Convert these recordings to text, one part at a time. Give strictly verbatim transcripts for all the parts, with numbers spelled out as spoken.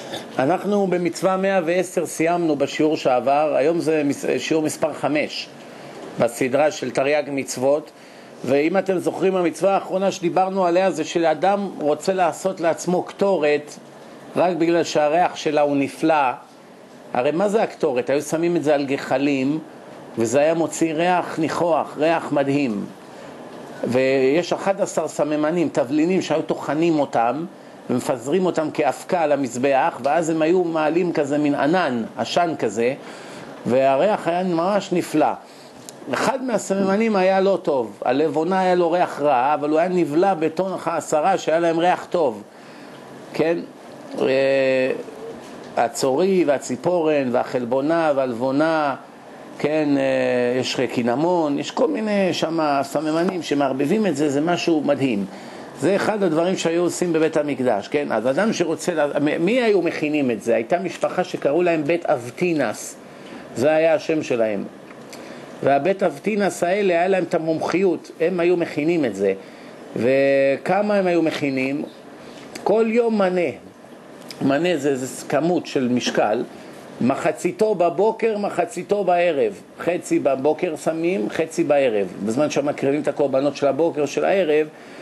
אנחנו במצווה מאה ועשר סיימנו בשיעור שעבר, היום זה שיעור מספר חמש בסדרה של תרי"ג מצוות. ואם אתם זוכרים, המצווה האחרונה שדיברנו עליה זה שלאדם רוצה לעשות לעצמו קטורת רק בגלל שהריח שלה הוא נפלא. הרי מה זה הקטורת? היו שמים את זה על גחלים וזה היה מוציא ריח ניחוח, ריח מדהים. ויש אחד עשר סממנים, תבלינים שהיו טוחנים אותם ומפזרים אותם כאבקה על המזבח, ואז הם היו מעלים כזה מן ענן, עשן כזה, והריח היה ממש נפלא. אחד מהסממנים היה לא טוב, הלבונה היה לו ריח רע, אבל הוא היה נבלע בטון העשרה שהיה להם ריח טוב. כן? הצורי והציפורן והחלבונה והלבונה, כן, יש קינמון, יש כל מיני שמה סממנים שמערבבים את זה, זה משהו מדהים. זה אחד הדברים שהיו עושים בבית המקדש, כן? אז אדם שרוצה, מי היו מכינים את זה? הייתה משפחה שקראו להם בית אבטינס, זה היה השם שלהם. והבית אבטינס האלה היה להם את המומחיות, הם היו מכינים את זה. וכמה הם היו מכינים? כל יום מנה, מנה זה, זה כמות של משקל, מחציתו בבוקר, מחציתו בערב. חצי בבוקר שמים, חצי בערב. בזמן שמקריבים את הקורבנות של הבוקר של הערב.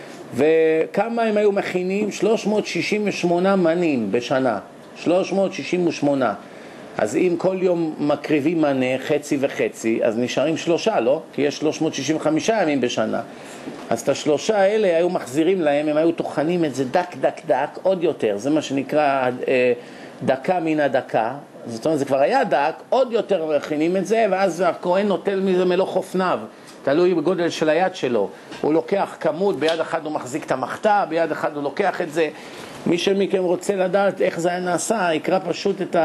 וכמה הם היו מכינים? שלוש מאות שישים ושמונה מנים בשנה. שלוש מאות שישים ושמונה. אז אם כל יום מקריבים מנה, חצי וחצי, אז נשארים שלושה, לא? כי יש שלוש מאות שישים וחמישה ימים בשנה. אז את השלושה האלה היו מחזירים להם, הם היו תוכנים את זה דק דק דק עוד יותר. זה מה שנקרא אה, דקה מן הדקה. זאת אומרת, זה כבר היה דק, עוד יותר מכינים את זה, ואז הכהן נוטל מזה מלוך אופניו. תלוי בגודל של היד שלו. הוא לוקח כמות, ביד אחד הוא מחזיק את המחתה, ביד אחד הוא לוקח את זה. מי שמכם רוצה לדעת איך זה היה נעשה, יקרא פשוט את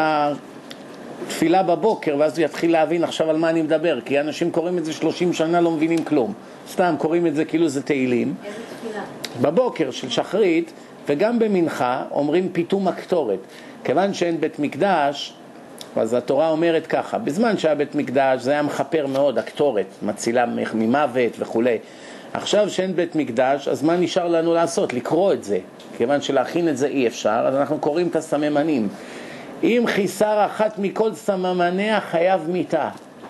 התפילה בבוקר, ואז הוא יתחיל להבין עכשיו על מה אני מדבר, כי אנשים קוראים את זה שלושים שנה, לא מבינים כלום. סתם קוראים את זה כאילו זה תהילים. איזה תפילה? בבוקר של שחרית, וגם במנחה אומרים פיתום הקטורת. כיוון שאין בית מקדש, אז התורה אומרת ככה, בזמן שהיה בית מקדש זה היה מחפר מאוד, הקטורת, מצילה ממוות וכו'. עכשיו שאין בית מקדש, אז מה נשאר לנו לעשות? לקרוא את זה. כיוון שלהכין את זה אי אפשר, אז אנחנו קוראים את הסממנים. אם חיסר אחת מכל סממניה חייב מיתה.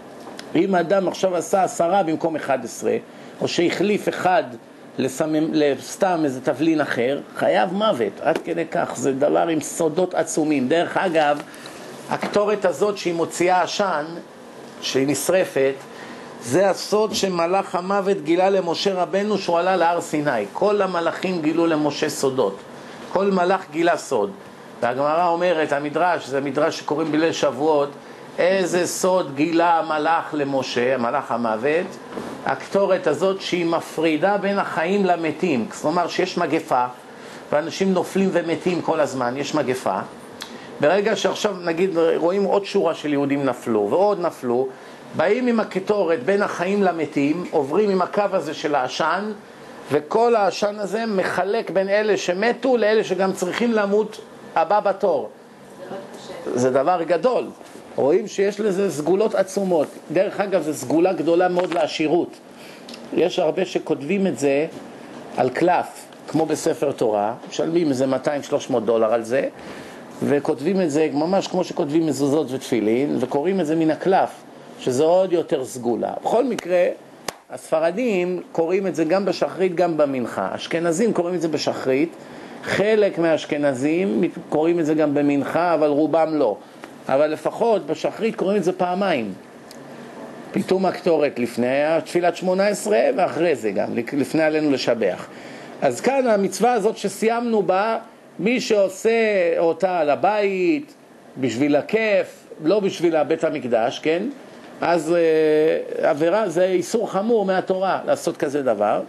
אם אדם עכשיו עשה עשרה במקום אחד עשרה, או שהחליף אחד לסמם, לסתם איזה תבלין אחר, חייב מוות. עד כדי כך, זה דבר עם סודות עצומים. דרך אגב, הקטורת הזאת שהיא מוציאה עשן, שהיא נשרפת, זה הסוד שמלאך המוות גילה למשה רבנו שהוא עלה להר סיני. כל המלאכים גילו למשה סודות. כל מלאך גילה סוד. והגמרא אומרת, המדרש, זה מדרש שקוראים בליל שבועות, איזה סוד גילה המלאך למשה, המלאך המוות, הקטורת הזאת שהיא מפרידה בין החיים למתים. זאת אומרת שיש מגפה, ואנשים נופלים ומתים כל הזמן, יש מגפה. ברגע שעכשיו נגיד רואים עוד שורה של יהודים נפלו ועוד נפלו, באים עם הקטורת בין החיים למתים, עוברים עם הקו הזה של העשן, וכל העשן הזה מחלק בין אלה שמתו לאלה שגם צריכים למות הבא בתור. זה, זה דבר גדול. רואים שיש לזה סגולות עצומות. דרך אגב, זו סגולה גדולה מאוד לעשירות. יש הרבה שכותבים את זה על קלף, כמו בספר תורה, משלמים איזה מאתיים שלוש מאות דולר על זה, וכותבים את זה ממש כמו שכותבים מזוזות ותפילין, וקוראים את זה מן הקלף, שזה עוד יותר סגולה. בכל מקרה, הספרדים קוראים את זה גם בשחרית, גם במנחה. אשכנזים קוראים את זה בשחרית, חלק מהאשכנזים קוראים את זה גם במנחה, אבל רובם לא. אבל לפחות בשחרית קוראים את זה פעמיים. פיתום הקטורת לפני התפילת שמונה עשרה, ואחרי זה גם, לפני עלינו לשבח. אז כאן המצווה הזאת שסיימנו בה, מי שעושה אותה על הבית, בשביל הכיף, לא בשביל בית המקדש, כן? אז אה, עבירה, זה איסור חמור מהתורה לעשות כזה דבר,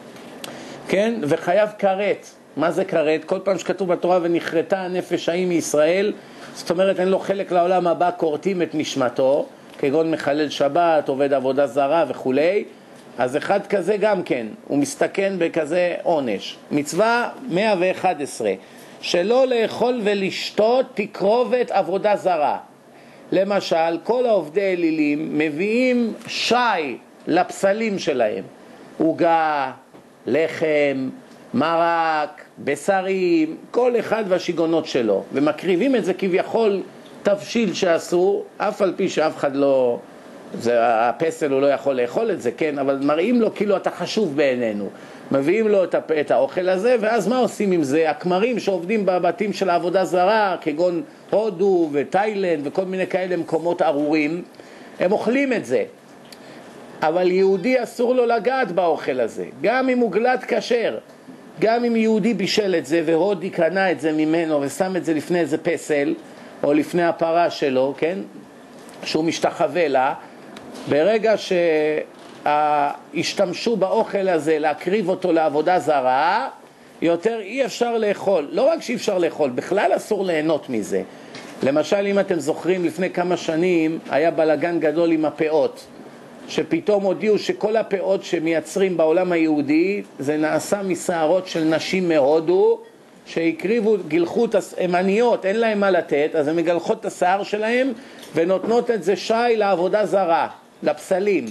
כן? וחייב כרת. מה זה כרת? כל פעם שכתוב בתורה ונחרטה הנפש ההיא מישראל, זאת אומרת אין לו חלק לעולם הבא, קורטים את נשמתו, כגון מחלל שבת, עובד עבודה זרה וכולי. אז אחד כזה גם כן, הוא מסתכן בכזה עונש. מצווה מאה ואחת עשרה, שלא לאכול ולשתות תקרובת עבודה זרה. למשל, כל העובדי אלילים מביאים שי לפסלים שלהם, עוגה, לחם, מרק, בשרים, כל אחד והשיגונות שלו, ומקריבים את זה כביכול תבשיל שאסור, אף על פי שאף אחד לא, זה, הפסל הוא לא יכול לאכול את זה, כן, אבל מראים לו כאילו אתה חשוב בעינינו, מביאים לו את, את האוכל הזה, ואז מה עושים עם זה? הכמרים שעובדים בבתים של העבודה זרה, כגון הודו וטיילנד וכל מיני כאלה מקומות ארורים, הם אוכלים את זה. אבל יהודי אסור לו לגעת באוכל הזה, גם אם הוא גלת כשר, גם אם יהודי בישל את זה והודי קנה את זה ממנו ושם את זה לפני איזה פסל או לפני הפרה שלו, כן, שהוא משתחווה לה, ברגע שהשתמשו באוכל הזה להקריב אותו לעבודה זרה, יותר אי אפשר לאכול. לא רק שאי אפשר לאכול, בכלל אסור ליהנות מזה. למשל, אם אתם זוכרים, לפני כמה שנים היה בלגן גדול עם הפאות, שפתאום הודיעו שכל הפאות שמייצרים בעולם היהודי זה נעשה משערות של נשים מהודו שהקריבו, גילחו את האמניות, אין להם מה לתת, אז הם מגלחות את השיער שלהם ונותנות את זה שי לעבודה זרה, לפסלים.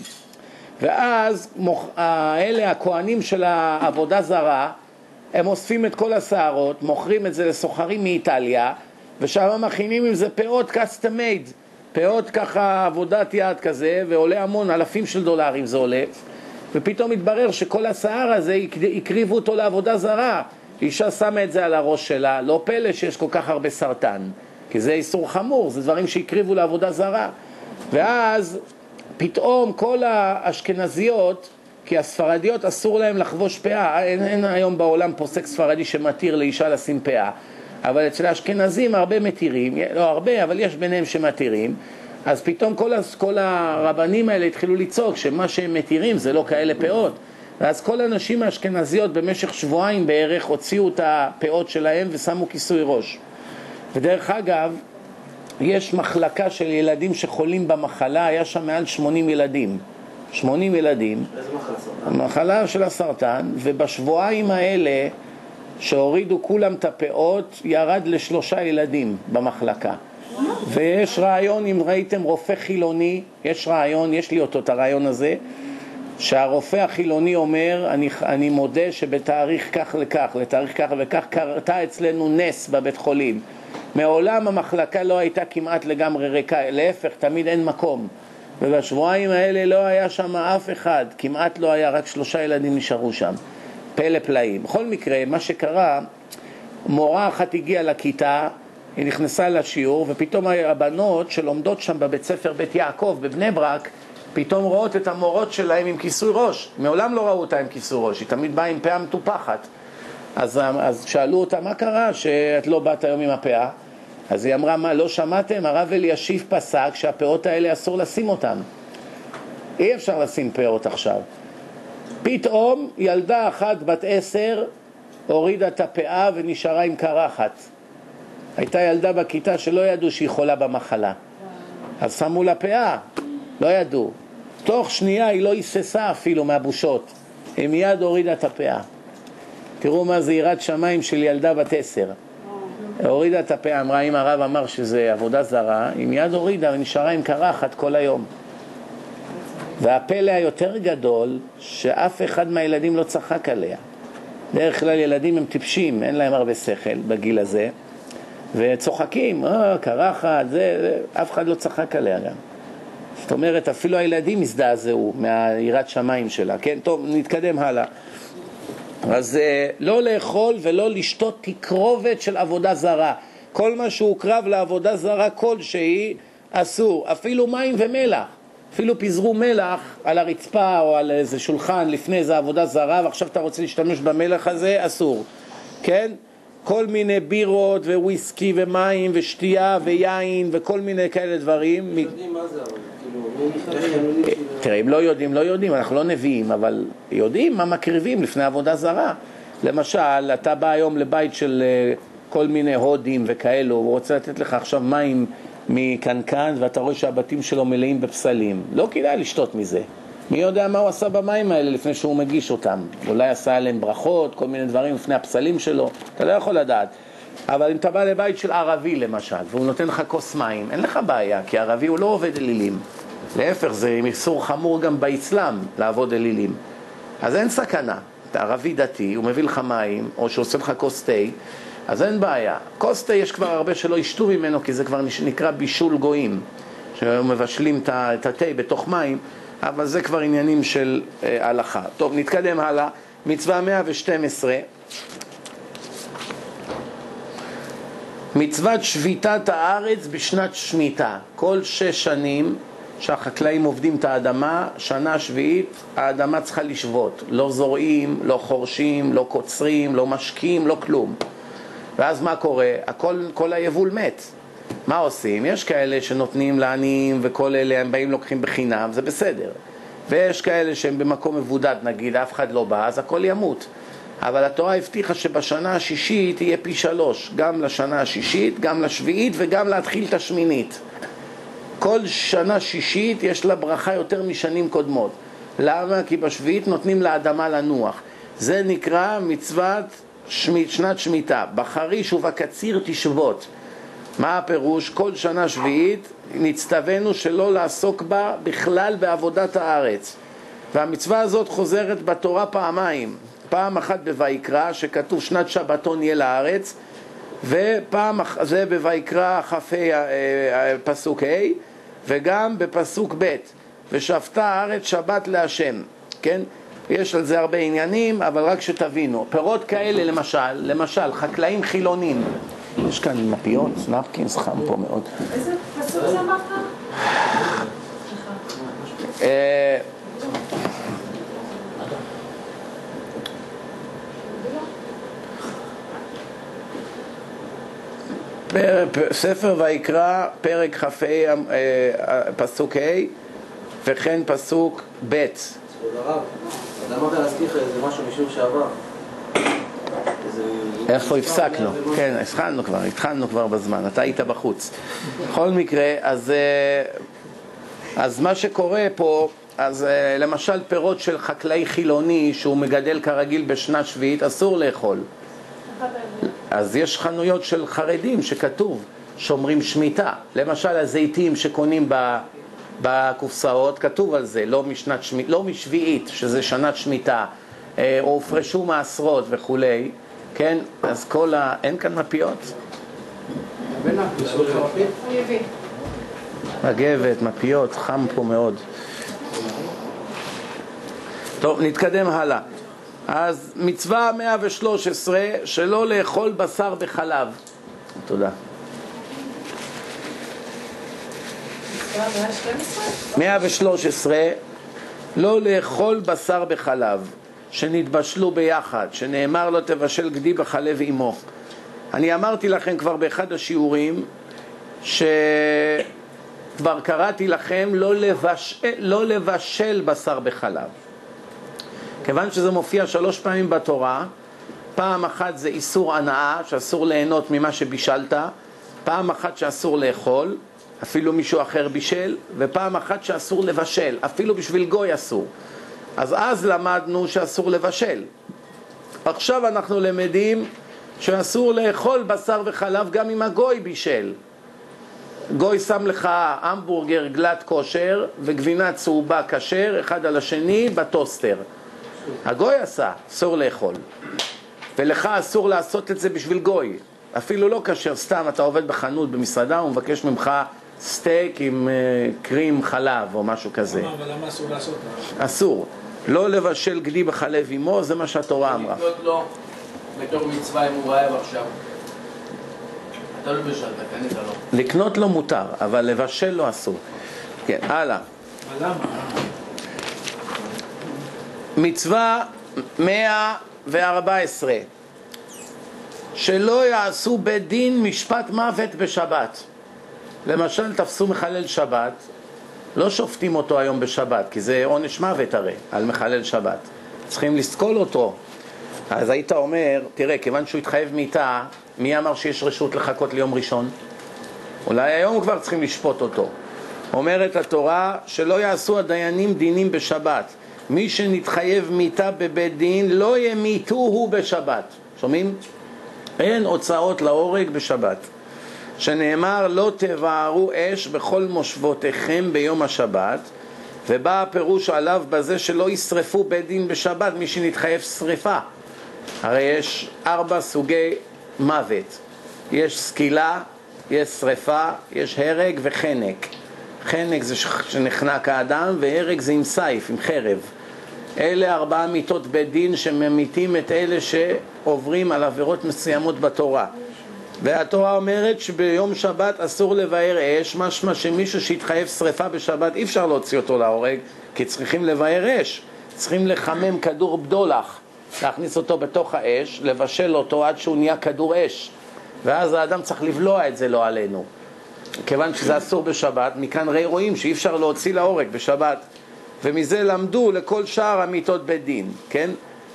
ואז מוכ... האלה הכהנים של העבודה זרה, הם אוספים את כל השערות, מוכרים את זה לסוחרים מאיטליה, ושם מכינים עם זה פאות custom made, פאות ככה עבודת יד כזה, ועולה המון, אלפים של דולרים זה עולה, ופתאום מתברר שכל השיער הזה יקריבו אותו לעבודה זרה. אישה שמה את זה על הראש שלה, לא פלא שיש כל כך הרבה סרטן, כי זה איסור חמור, זה דברים שיקריבו לעבודה זרה. ואז פתאום כל האשכנזיות, כי הספרדיות אסור להם לחבוש פאה, אין, אין היום בעולם פוסק ספרדי שמתיר לאישה לשים פאה, אבל אצל האשכנזים הרבה מתירים, לא הרבה, אבל יש ביניהם שמתירים, אז פתאום כל, כל הרבנים האלה התחילו לצעוק שמה שהם מתירים זה לא כאלה פאות, ואז כל הנשים האשכנזיות במשך שבועיים בערך הוציאו את הפאות שלהם ושמו כיסוי ראש. ודרך אגב, יש מחלקה של ילדים שחולים במחלה, היה שם מעל שמונים ילדים, שמונים ילדים, איזה מחלה? מחלה של הסרטן, ובשבועיים האלה שהורידו כולם את הפאות, ירד לשלושה ילדים במחלקה. ויש רעיון, אם ראיתם רופא חילוני, יש רעיון, יש לי אותו את הרעיון הזה, שהרופא החילוני אומר, אני, אני מודה שבתאריך כך לכך, לתאריך כך וכך, קרתה אצלנו נס בבית חולים. מעולם המחלקה לא הייתה כמעט לגמרי ריקה, להפך, תמיד אין מקום. ובשבועיים האלה לא היה שם אף אחד, כמעט לא היה, רק שלושה ילדים נשארו שם. פלא פלאים. בכל מקרה, מה שקרה, מורה אחת הגיעה לכיתה, היא נכנסה לשיעור, ופתאום הבנות שלומדות שם בבית ספר בית יעקב, בבני ברק, פתאום רואות את המורות שלהם עם כיסוי ראש. מעולם לא ראו אותה עם כיסוי ראש, היא תמיד באה עם פאה מטופחת. אז, אז שאלו אותה, מה קרה שאת לא באת היום עם הפאה? אז היא אמרה, מה, לא שמעתם? הרב אלישיב פסק שהפאות האלה אסור לשים אותם. אי אפשר לשים פאות עכשיו. פתאום ילדה אחת בת עשר הורידה את הפאה ונשארה עם קרחת. הייתה ילדה בכיתה שלא ידעו שהיא חולה במחלה. אז שמו לה פאה, לא ידעו. תוך שנייה היא לא היססה אפילו מהבושות. היא מיד הורידה את הפאה. תראו מה זה יראת שמיים של ילדה בת עשר. הורידה את הפאה, אמרה, אם הרב אמר שזה עבודה זרה, היא מיד הורידה ונשארה עם קרחת כל היום. והפלא היותר גדול, שאף אחד מהילדים לא צחק עליה. דרך כלל ילדים הם טיפשים, אין להם הרבה שכל בגיל הזה, וצוחקים, אה, קרחת, זה, זה, אף אחד לא צחק עליה גם. זאת אומרת, אפילו הילדים הזדעזעו מהיראת שמיים שלה. כן, טוב, נתקדם הלאה. אז לא לאכול ולא לשתות תקרובת של עבודה זרה. כל מה שהוקרב לעבודה זרה כלשהי אסור, אפילו מים ומלח. אפילו פיזרו מלח על הרצפה או על איזה שולחן לפני איזה עבודה זרה, ועכשיו אתה רוצה להשתמש במלח הזה, אסור. כן? כל מיני בירות וויסקי ומים ושתייה ויין וכל מיני כאלה דברים. יודעים מה זה אבל? תראה, אם לא יודעים, לא יודעים, אנחנו לא נביאים, אבל יודעים מה מקריבים לפני עבודה זרה. למשל, אתה בא היום לבית של כל מיני הודים וכאלו, הוא רוצה לתת לך עכשיו מים מקנקן, ואתה רואה שהבתים שלו מלאים בפסלים. לא כדאי לשתות מזה. מי יודע מה הוא עשה במים האלה לפני שהוא מגיש אותם? אולי עשה עליהם ברכות, כל מיני דברים לפני הפסלים שלו. אתה לא יכול לדעת. אבל אם אתה בא לבית של ערבי למשל, והוא נותן לך כוס מים, אין לך בעיה, כי ערבי הוא לא עובד אלילים. להפך, זה איסור חמור גם באסלאם לעבוד אלילים. אז אין סכנה. אתה ערבי דתי, הוא מביא לך מים, או שעושה לך כוס תה, אז אין בעיה. כוס תה יש כבר הרבה שלא ישתו ממנו, כי זה כבר נקרא בישול גויים, שמבשלים את התה בתוך מים, אבל זה כבר עניינים של אה, הלכה. טוב, נתקדם הלאה. מצווה מאה ושתים עשרה. מצוות שביתת הארץ בשנת שמיטה. כל שש שנים שהחקלאים עובדים את האדמה, שנה שביעית האדמה צריכה לשבות. לא זורעים, לא חורשים, לא קוצרים, לא משקים, לא כלום. ואז מה קורה? הכל, כל היבול מת. מה עושים? יש כאלה שנותנים לעניים וכל אלה הם באים לוקחים בחינם, זה בסדר. ויש כאלה שהם במקום מבודד, נגיד, אף אחד לא בא, אז הכל ימות. אבל התורה הבטיחה שבשנה השישית יהיה פי שלוש, גם לשנה השישית, גם לשביעית וגם להתחיל את השמינית. כל שנה שישית יש לה ברכה יותר משנים קודמות. למה? כי בשביעית נותנים לאדמה לנוח. זה נקרא מצוות שמית, שנת שמיטה. בחריש ובקציר תשבות. מה הפירוש? כל שנה שביעית נצטווינו שלא לעסוק בה בכלל בעבודת הארץ. והמצווה הזאת חוזרת בתורה פעמיים. פעם אחת בויקרא שכתוב שנת שבתון יהיה לארץ, ופעם זה בויקרא כ"ה פסוק ה', וגם בפסוק ב', ושבתה הארץ שבת להשם. כן? יש על זה הרבה עניינים, אבל רק שתבינו. פירות כאלה למשל, למשל חקלאים חילונים. יש כאן מפיות, נפקינס, חם פה מאוד. איזה פסוק זה אמרת? ספר ויקרא, פרק כ"ה, פסוק ה', וכן פסוק ב'. כבוד הרב, אז אמרת להזכיר לך איזה משהו משום שעבר. איפה הפסקנו? כן, התחלנו כבר, התחלנו כבר בזמן, אתה היית בחוץ. בכל מקרה, אז, אז מה שקורה פה, אז למשל פירות של חקלאי חילוני שהוא מגדל כרגיל בשנה שביעית, אסור לאכול. אז יש חנויות של חרדים שכתוב, שומרים שמיטה. למשל הזיתים שקונים בקופסאות, כתוב על זה, לא, משנת שמית, לא משביעית, שזה שנת שמיטה, או הופרשו מעשרות וכולי. כן, אז כל ה... אין כאן מפיות? מגבת, מפיות, חם פה מאוד. טוב, נתקדם הלאה. אז מצווה מאה ושלוש עשרה, שלא לאכול בשר בחלב. תודה. מאה ושלוש עשרה, לא לאכול בשר בחלב. שנתבשלו ביחד, שנאמר לו תבשל גדי בחלב אמו. אני אמרתי לכם כבר באחד השיעורים שכבר קראתי לכם לא לבשל, לא לבשל בשר בחלב. כיוון שזה מופיע שלוש פעמים בתורה, פעם אחת זה איסור הנאה, שאסור ליהנות ממה שבישלת, פעם אחת שאסור לאכול, אפילו מישהו אחר בישל, ופעם אחת שאסור לבשל, אפילו בשביל גוי אסור. אז אז למדנו שאסור לבשל. עכשיו אנחנו למדים שאסור לאכול בשר וחלב גם אם הגוי בישל. גוי שם לך המבורגר גלת כושר וגבינה צהובה כשר, אחד על השני בטוסטר. הגוי עשה, אסור לאכול. ולך אסור לעשות את זה בשביל גוי. אפילו לא כשר, סתם אתה עובד בחנות במסעדה ומבקש ממך סטייק עם uh, קרים חלב או משהו כזה. אבל למה אסור לעשות? אסור. לא לבשל גדי בחלב אמו, זה מה שהתורה אמרה. לקנות לו בתור מצווה אם הוא רעב עכשיו. אתה לא בשלת, קנית לו. לקנות לו מותר, אבל לבשל לו אסור. כן, הלאה. למה? מצווה מאה וארבע עשרה, שלא יעשו בית דין משפט מוות בשבת. למשל תפסו מחלל שבת, לא שופטים אותו היום בשבת, כי זה עונש מוות הרי, על מחלל שבת. צריכים לסקול אותו. אז היית אומר, תראה, כיוון שהוא התחייב מיתה, מי אמר שיש רשות לחכות ליום ראשון? אולי היום כבר צריכים לשפוט אותו. אומרת התורה, שלא יעשו הדיינים דינים בשבת. מי שנתחייב מיתה בבית דין, לא ימיתוהו בשבת. שומעים? אין הוצאות להורג בשבת. שנאמר לא תבערו אש בכל מושבותיכם ביום השבת, ובא הפירוש עליו בזה שלא ישרפו בית דין בשבת מי שנתחייב שריפה. הרי יש ארבע סוגי מוות, יש סקילה, יש שריפה, יש הרג וחנק. חנק זה שנחנק האדם, והרג זה עם סייף, עם חרב. אלה ארבעה מיתות בית דין שממיתים את אלה שעוברים על עבירות מסוימות בתורה. והתורה אומרת שביום שבת אסור לבאר אש, משמע שמישהו שהתחייב שריפה בשבת אי אפשר להוציא אותו להורג, כי צריכים לבאר אש, צריכים לחמם כדור בדולח, להכניס אותו בתוך האש, לבשל אותו עד שהוא נהיה כדור אש, ואז האדם צריך לבלוע את זה לא עלינו. כיוון שזה אסור בשבת, מכאן ראי רואים שאי אפשר להוציא להורג בשבת, ומזה למדו לכל שאר המיתות בית דין, כן?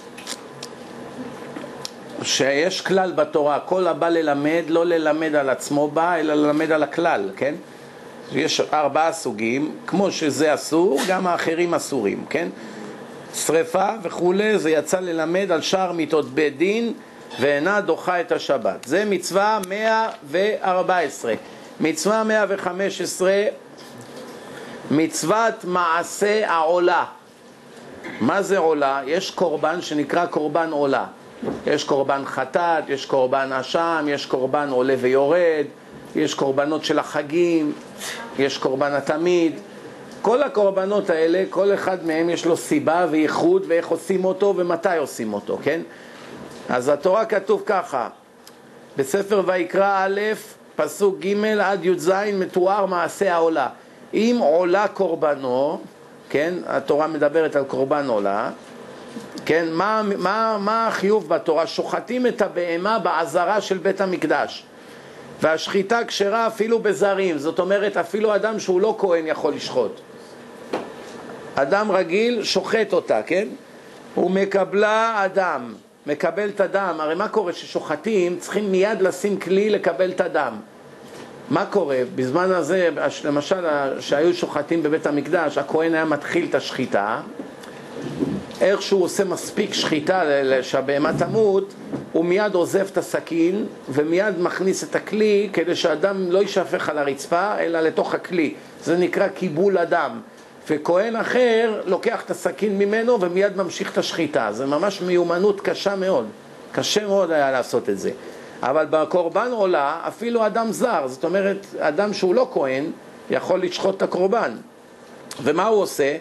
שיש כלל בתורה, כל הבא ללמד, לא ללמד על עצמו בא, אלא ללמד על הכלל, כן? יש ארבעה סוגים, כמו שזה אסור, גם האחרים אסורים, כן? שריפה וכולי, זה יצא ללמד על שאר מיתות בית דין, ואינה דוחה את השבת. זה מצווה מאה וארבע עשרה. מצווה מאה וחמש עשרה, מצוות מעשה העולה. מה זה עולה? יש קורבן שנקרא קורבן עולה. יש קורבן חטאת, יש קורבן אשם, יש קורבן עולה ויורד, יש קורבנות של החגים, יש קורבן התמיד. כל הקורבנות האלה, כל אחד מהם יש לו סיבה וייחוד ואיך עושים אותו ומתי עושים אותו, כן? אז התורה כתוב ככה, בספר ויקרא א', פסוק ג' עד י"ז, מתואר מעשה העולה. אם עולה קורבנו, כן, התורה מדברת על קורבן עולה, כן, מה, מה, מה החיוב בתורה? שוחטים את הבהמה בעזרה של בית המקדש, והשחיטה כשרה אפילו בזרים, זאת אומרת אפילו אדם שהוא לא כהן יכול לשחוט. אדם רגיל שוחט אותה, כן? הוא מקבלה אדם, מקבל את הדם. הרי מה קורה ששוחטים צריכים מיד לשים כלי לקבל את הדם. מה קורה? בזמן הזה, למשל, שהיו שוחטים בבית המקדש, הכהן היה מתחיל את השחיטה, איך שהוא עושה מספיק שחיטה שהבהמה תמות, הוא מיד עוזב את הסכין ומיד מכניס את הכלי כדי שהדם לא יישפך על הרצפה אלא לתוך הכלי. זה נקרא קיבול הדם. וכהן אחר לוקח את הסכין ממנו ומיד ממשיך את השחיטה. זה ממש מיומנות קשה מאוד. קשה מאוד היה לעשות את זה. אבל בקורבן עולה אפילו אדם זר, זאת אומרת אדם שהוא לא כהן יכול לשחוט את הקורבן. ומה הוא עושה?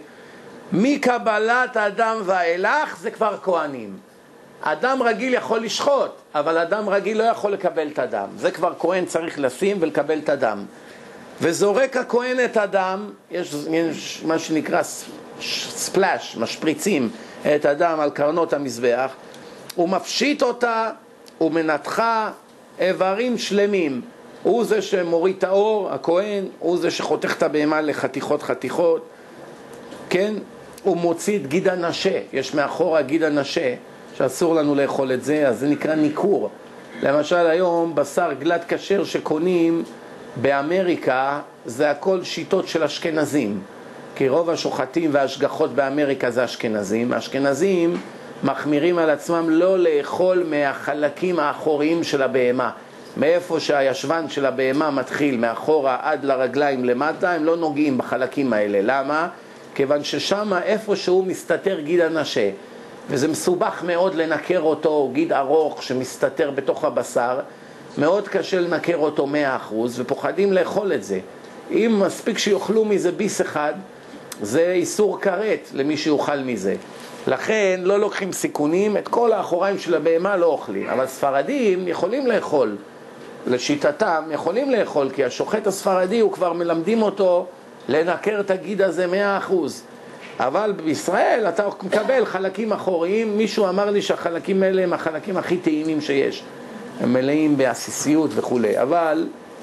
מקבלת אדם ואילך זה כבר כהנים. אדם רגיל יכול לשחוט, אבל אדם רגיל לא יכול לקבל את הדם. זה כבר כהן צריך לשים ולקבל את הדם. וזורק הכהן את הדם, יש, יש מה שנקרא ספלש, משפריצים את הדם על קרנות המזבח, הוא מפשיט אותה, הוא מנתחה איברים שלמים. הוא זה שמוריד את האור, הכהן, הוא זה שחותך את הבהמה לחתיכות חתיכות, כן? הוא מוציא את גיד הנשה, יש מאחורה גיד הנשה, שאסור לנו לאכול את זה, אז זה נקרא ניקור. למשל היום בשר גלת כשר שקונים באמריקה, זה הכל שיטות של אשכנזים, כי רוב השוחטים וההשגחות באמריקה זה אשכנזים. האשכנזים מחמירים על עצמם לא לאכול מהחלקים האחוריים של הבהמה, מאיפה שהישבן של הבהמה מתחיל מאחורה עד לרגליים למטה, הם לא נוגעים בחלקים האלה. למה? כיוון ששם איפה שהוא מסתתר גיד הנשה, וזה מסובך מאוד לנקר אותו, גיד ארוך שמסתתר בתוך הבשר, מאוד קשה לנקר אותו מאה אחוז, ופוחדים לאכול את זה. אם מספיק שיאכלו מזה ביס אחד, זה איסור כרת למי שיוכל מזה. לכן לא לוקחים סיכונים, את כל האחוריים של הבהמה לא אוכלים. אבל ספרדים יכולים לאכול, לשיטתם יכולים לאכול, כי השוחט הספרדי הוא כבר מלמדים אותו לנקר את הגיד הזה מאה אחוז. אבל בישראל אתה מקבל חלקים אחוריים, מישהו אמר לי שהחלקים האלה הם החלקים הכי טעימים שיש. הם מלאים בעסיסיות וכו'. אבל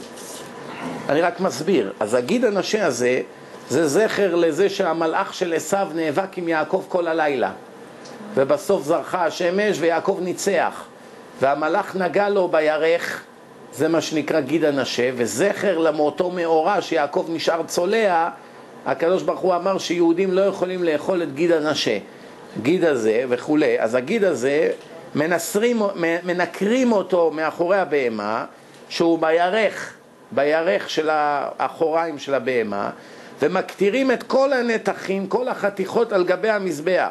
אני רק מסביר. אז הגיד הנשה הזה, זה זכר לזה שהמלאך של עשיו נאבק עם יעקב כל הלילה. ובסוף זרחה השמש ויעקב ניצח. והמלאך נגע לו בירך, זה מה שנקרא גיד הנשה, וזכר למותו מאורע שיעקב נשאר צולע, הקדוש ברוך הוא אמר שיהודים לא יכולים לאכול את גיד הנשה, גיד הזה וכו'. אז הגיד הזה, מנסרים, מנקרים אותו מאחורי הבהמה, שהוא בירך, בירך של האחוריים של הבהמה, ומקטירים את כל הנתחים, כל החתיכות על גבי המזבח.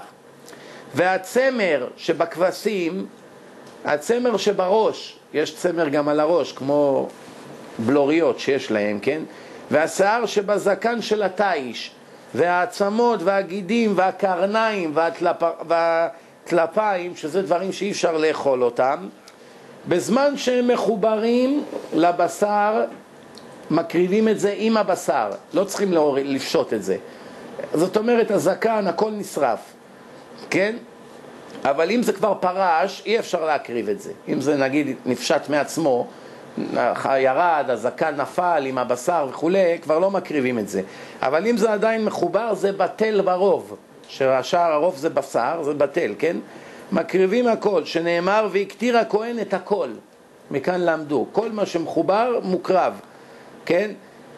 והצמר שבכבשים, הצמר שבראש, יש צמר גם על הראש, כמו בלוריות שיש להם, כן? והשיער שבזקן של התיש, והעצמות והגידים והקרניים והטלפ... והטלפיים, שזה דברים שאי אפשר לאכול אותם, בזמן שהם מחוברים לבשר, מקריבים את זה עם הבשר, לא צריכים לפשוט את זה. זאת אומרת, הזקן, הכל נשרף, כן? אבל אם זה כבר פרש, אי אפשר להקריב את זה. אם זה נגיד נפשט מעצמו, ירד, הזקן נפל עם הבשר וכו', כבר לא מקריבים את זה. אבל אם זה עדיין מחובר, זה בטל ברוב. שהשאר הרוב זה בשר, זה בטל, כן? מקריבים הכל, שנאמר והקטיר הכהן את הכל. מכאן למדו. כל מה שמחובר מוקרב, כן?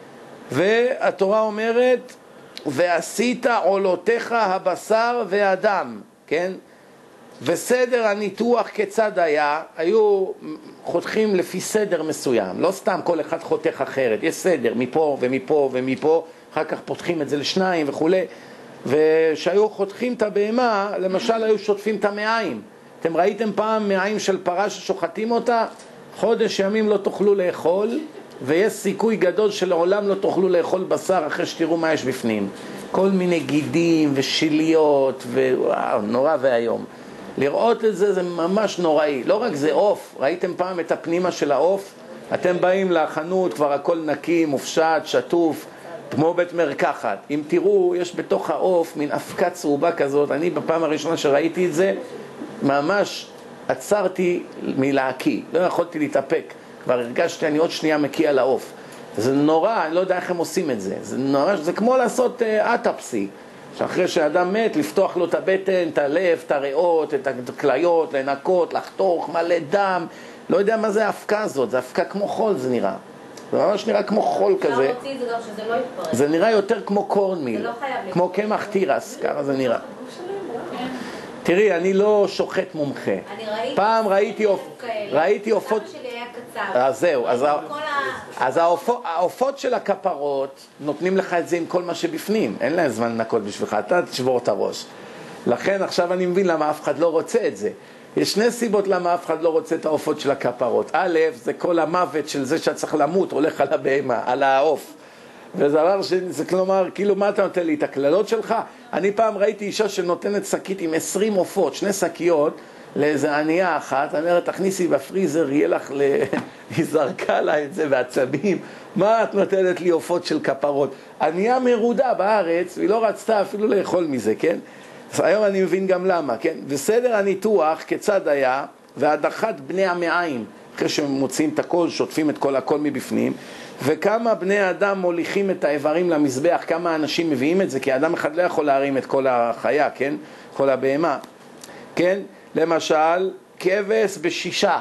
והתורה אומרת, ועשית עולותיך הבשר והדם, כן? וסדר הניתוח כיצד היה, היו חותכים לפי סדר מסוים, לא סתם כל אחד חותך אחרת, יש סדר מפה ומפה ומפה, אחר כך פותחים את זה לשניים וכו'. ושהיו חותכים את הבהמה, למשל היו שוטפים את המעיים. אתם ראיתם פעם מעיים של פרה ששוחטים אותה? חודש ימים לא תוכלו לאכול, ויש סיכוי גדול שלעולם לא תוכלו לאכול בשר אחרי שתראו מה יש בפנים. כל מיני גידים ושיליות, ווואו, נורא והיום. לראות את זה זה ממש נוראי. לא רק זה עוף, ראיתם פעם את הפנימה של העוף? אתם באים לחנות, כבר הכל נקי, מופשט, שטוף, כמו בית מרקחת. אם תראו, יש בתוך העוף מין אבקה צהובה כזאת. אני בפעם הראשונה שראיתי את זה, ממש עצרתי מלהקיא. לא יכולתי להתאפק. כבר הרגשתי, אני עוד שנייה מקיא על העוף. זה נורא, אני לא יודע איך הם עושים את זה. זה נורא, זה כמו לעשות uh, אטפסי. שאחרי שאדם מת, לפתוח לו את הבטן, את הלב, את הריאות, את הכליות, לנקות, לחתוך, מלא דם. לא יודע מה זה האבקה הזאת, זה אבקה כמו חול זה נראה. זה ממש נראה כמו חול כזה. לא רוצים זה גם שזה לא יתפרק. זה נראה יותר כמו קורנמיל. זה לא חייב להיות. כמו קמח תירס, ככה זה נראה. תראי, אני לא שוחט מומחה. אני ראיתי... פעם ראיתי ראיתי עופות... אבא שלי היה קצר. אז זהו, אז, כל אז העופות, העופות של הכפרות נותנים לך את זה עם כל מה שבפנים. אין להם זמן לנקות בשבילך, אתה תשבור את הראש. לכן עכשיו אני מבין למה אף אחד לא רוצה את זה. יש שני סיבות למה אף אחד לא רוצה את העופות של הכפרות. א', זה כל המוות של זה שצריך למות, הולך על הבהמה, על העוף. וזה דבר שזה כלומר, כאילו מה אתה נותן לי, את הכללות שלך? אני פעם ראיתי אישה שנותנת שקית עם עשרים עופות, שני שקיות, לאיזה ענייה אחת, אני אומרת, תכניסי בפריזר, יהיה לך, ל... היא זרקה לה את זה בעצבים, מה את נותנת לי עופות של כפרות? ענייה מרודה בארץ, והיא לא רצתה אפילו לאכול מזה, כן? אז היום אני מבין גם למה, כן? וסדר הניתוח כיצד היה, והדחת בני המעיים, אחרי שמוצאים את הכל, שוטפים את כל הכל מבפנים, וכמה בני אדם מוליכים את האיברים למזבח, כמה אנשים מביאים את זה, כי האדם אחד לא יכול להרים את כל החיה, כן? כל הבהמה, כן? למשל, כבש בשישה,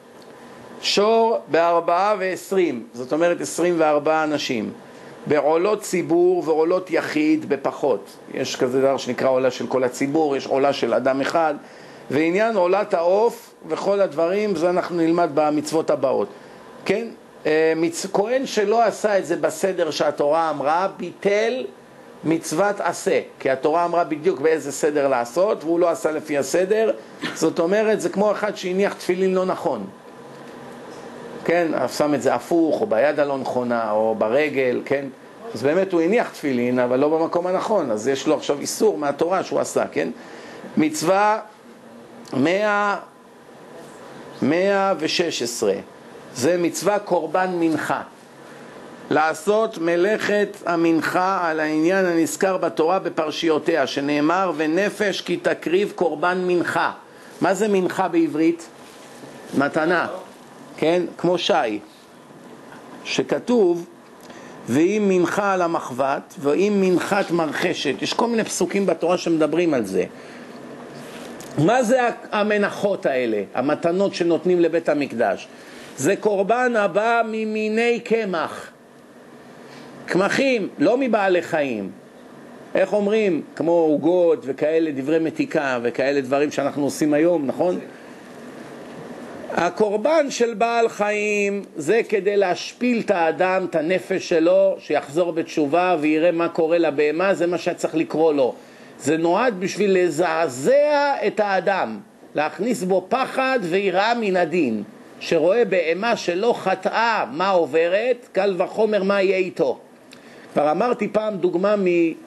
שור בארבעה ועשרים, זאת אומרת עשרים וארבעה אנשים, בעולות ציבור ועולות יחיד בפחות. יש כזה דבר שנקרא עולה של כל הציבור, יש עולה של אדם אחד, ועניין עולת העוף וכל הדברים, זה אנחנו נלמד במצוות הבאות, כן? מצ... כהן שלא עשה את זה בסדר שהתורה אמרה, ביטל מצוות עשה, כי התורה אמרה בדיוק באיזה סדר לעשות, והוא לא עשה לפי הסדר. זאת אומרת, זה כמו אחד שהניח תפילין לא נכון, כן, שם את זה הפוך, או ביד הלא נכונה, או ברגל, כן, אז באמת הוא הניח תפילין, אבל לא במקום הנכון, אז יש לו עכשיו איסור מהתורה שהוא עשה, כן. מצווה מאה, מאה ושש עשרה, זה מצווה קורבן מנחה, לעשות מלאכת המנחה על העניין הנזכר בתורה בפרשיותיה, שנאמר ונפש כי תקריב קורבן מנחה. מה זה מנחה בעברית? מתנה, כן? כמו שי, שכתוב ואם מנחה על המחבת ואם מנחת מרחשת. יש כל מיני פסוקים בתורה שמדברים על זה. מה זה המנחות האלה, המתנות שנותנים לבית המקדש? זה קורבן הבא ממיני קמח, קמחים, לא מבעלי חיים. איך אומרים? כמו עוגות וכאלה, דברי מתיקה וכאלה דברים שאנחנו עושים היום, נכון? הקורבן של בעל חיים זה כדי להשפיל את האדם, את הנפש שלו, שיחזור בתשובה ויראה מה קורה לבהמה, זה מה שצריך לקרוא לו. זה נועד בשביל לזעזע את האדם, להכניס בו פחד ויראה מן הדין. שרואה בהמה שלא חטאה מה עוברת, קל וחומר מה יהיה איתו. כבר אמרתי פעם דוגמה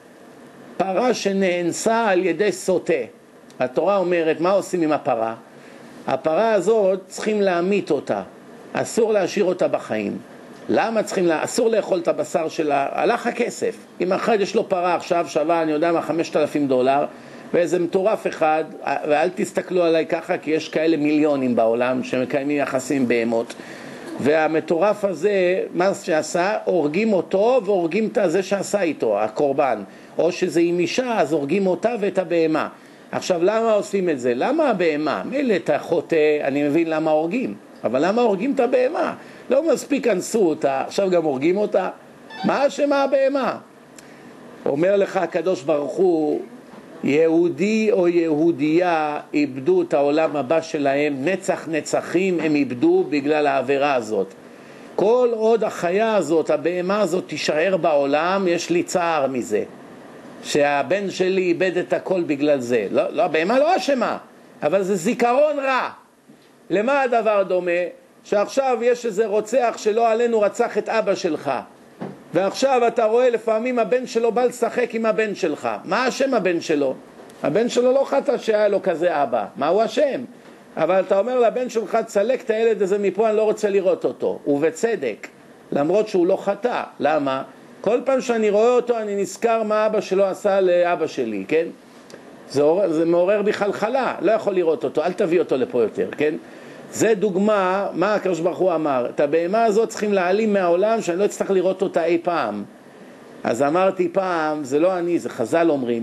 מפרה שנאנסה על ידי סוטה. התורה אומרת, מה עושים עם הפרה? הפרה הזאת צריכים להמית אותה, אסור להשאיר אותה בחיים. למה צריכים לה... אסור לאכול את הבשר שלה, הלך הכסף. אם אחד יש לו פרה עכשיו שווה, אני יודע מה, חמשת אלפים דולר, ואיזה מטורף אחד, ואל תסתכלו עליי ככה, כי יש כאלה מיליונים בעולם שמקיימים יחסים בהמות. והמטורף הזה, מה שעשה, הורגים אותו והורגים את זה שעשה איתו, הקורבן. או שזה עם אישה, אז הורגים אותה ואת הבהמה. עכשיו, למה עושים את זה? למה הבהמה? מילא את החוטא, אני מבין למה הורגים. אבל למה הורגים את הבהמה? לא מספיק אנסו אותה, עכשיו גם הורגים אותה. מה אשמה הבהמה? אומר לך הקדוש ברוך הוא, יהודי או יהודייה איבדו את העולם הבא שלהם, נצח נצחים הם איבדו בגלל העבירה הזאת. כל עוד החיה הזאת, הבהמה הזאת תישאר בעולם, יש לי צער מזה. שהבן שלי איבד את הכל בגלל זה. לא, לא, הבהמה לא אשמה, אבל זה זיכרון רע. למה הדבר דומה? שעכשיו יש איזה רוצח שלא עלינו רצח את אבא שלך. ועכשיו אתה רואה לפעמים הבן שלו בא לשחק עם הבן שלך. מה השם הבן שלו? הבן שלו לא חטא שהיה לו כזה אבא. מה הוא השם? אבל אתה אומר לבן שלך, צלק את הילד הזה מפה, אני לא רוצה לראות אותו. ובצדק, למרות שהוא לא חטא. למה? כל פעם שאני רואה אותו אני נזכר מה אבא שלו עשה לאבא שלי, כן? זה, זה מעורר בי חלחלה, לא יכול לראות אותו, אל תביא אותו לפה יותר, כן? זה דוגמה, מה הקדוש ברוך הוא אמר, את הבהמה הזאת צריכים להעלים מהעולם שאני לא אצטרך לראות אותה אי פעם. אז אמרתי פעם, זה לא אני, זה חז"ל אומרים,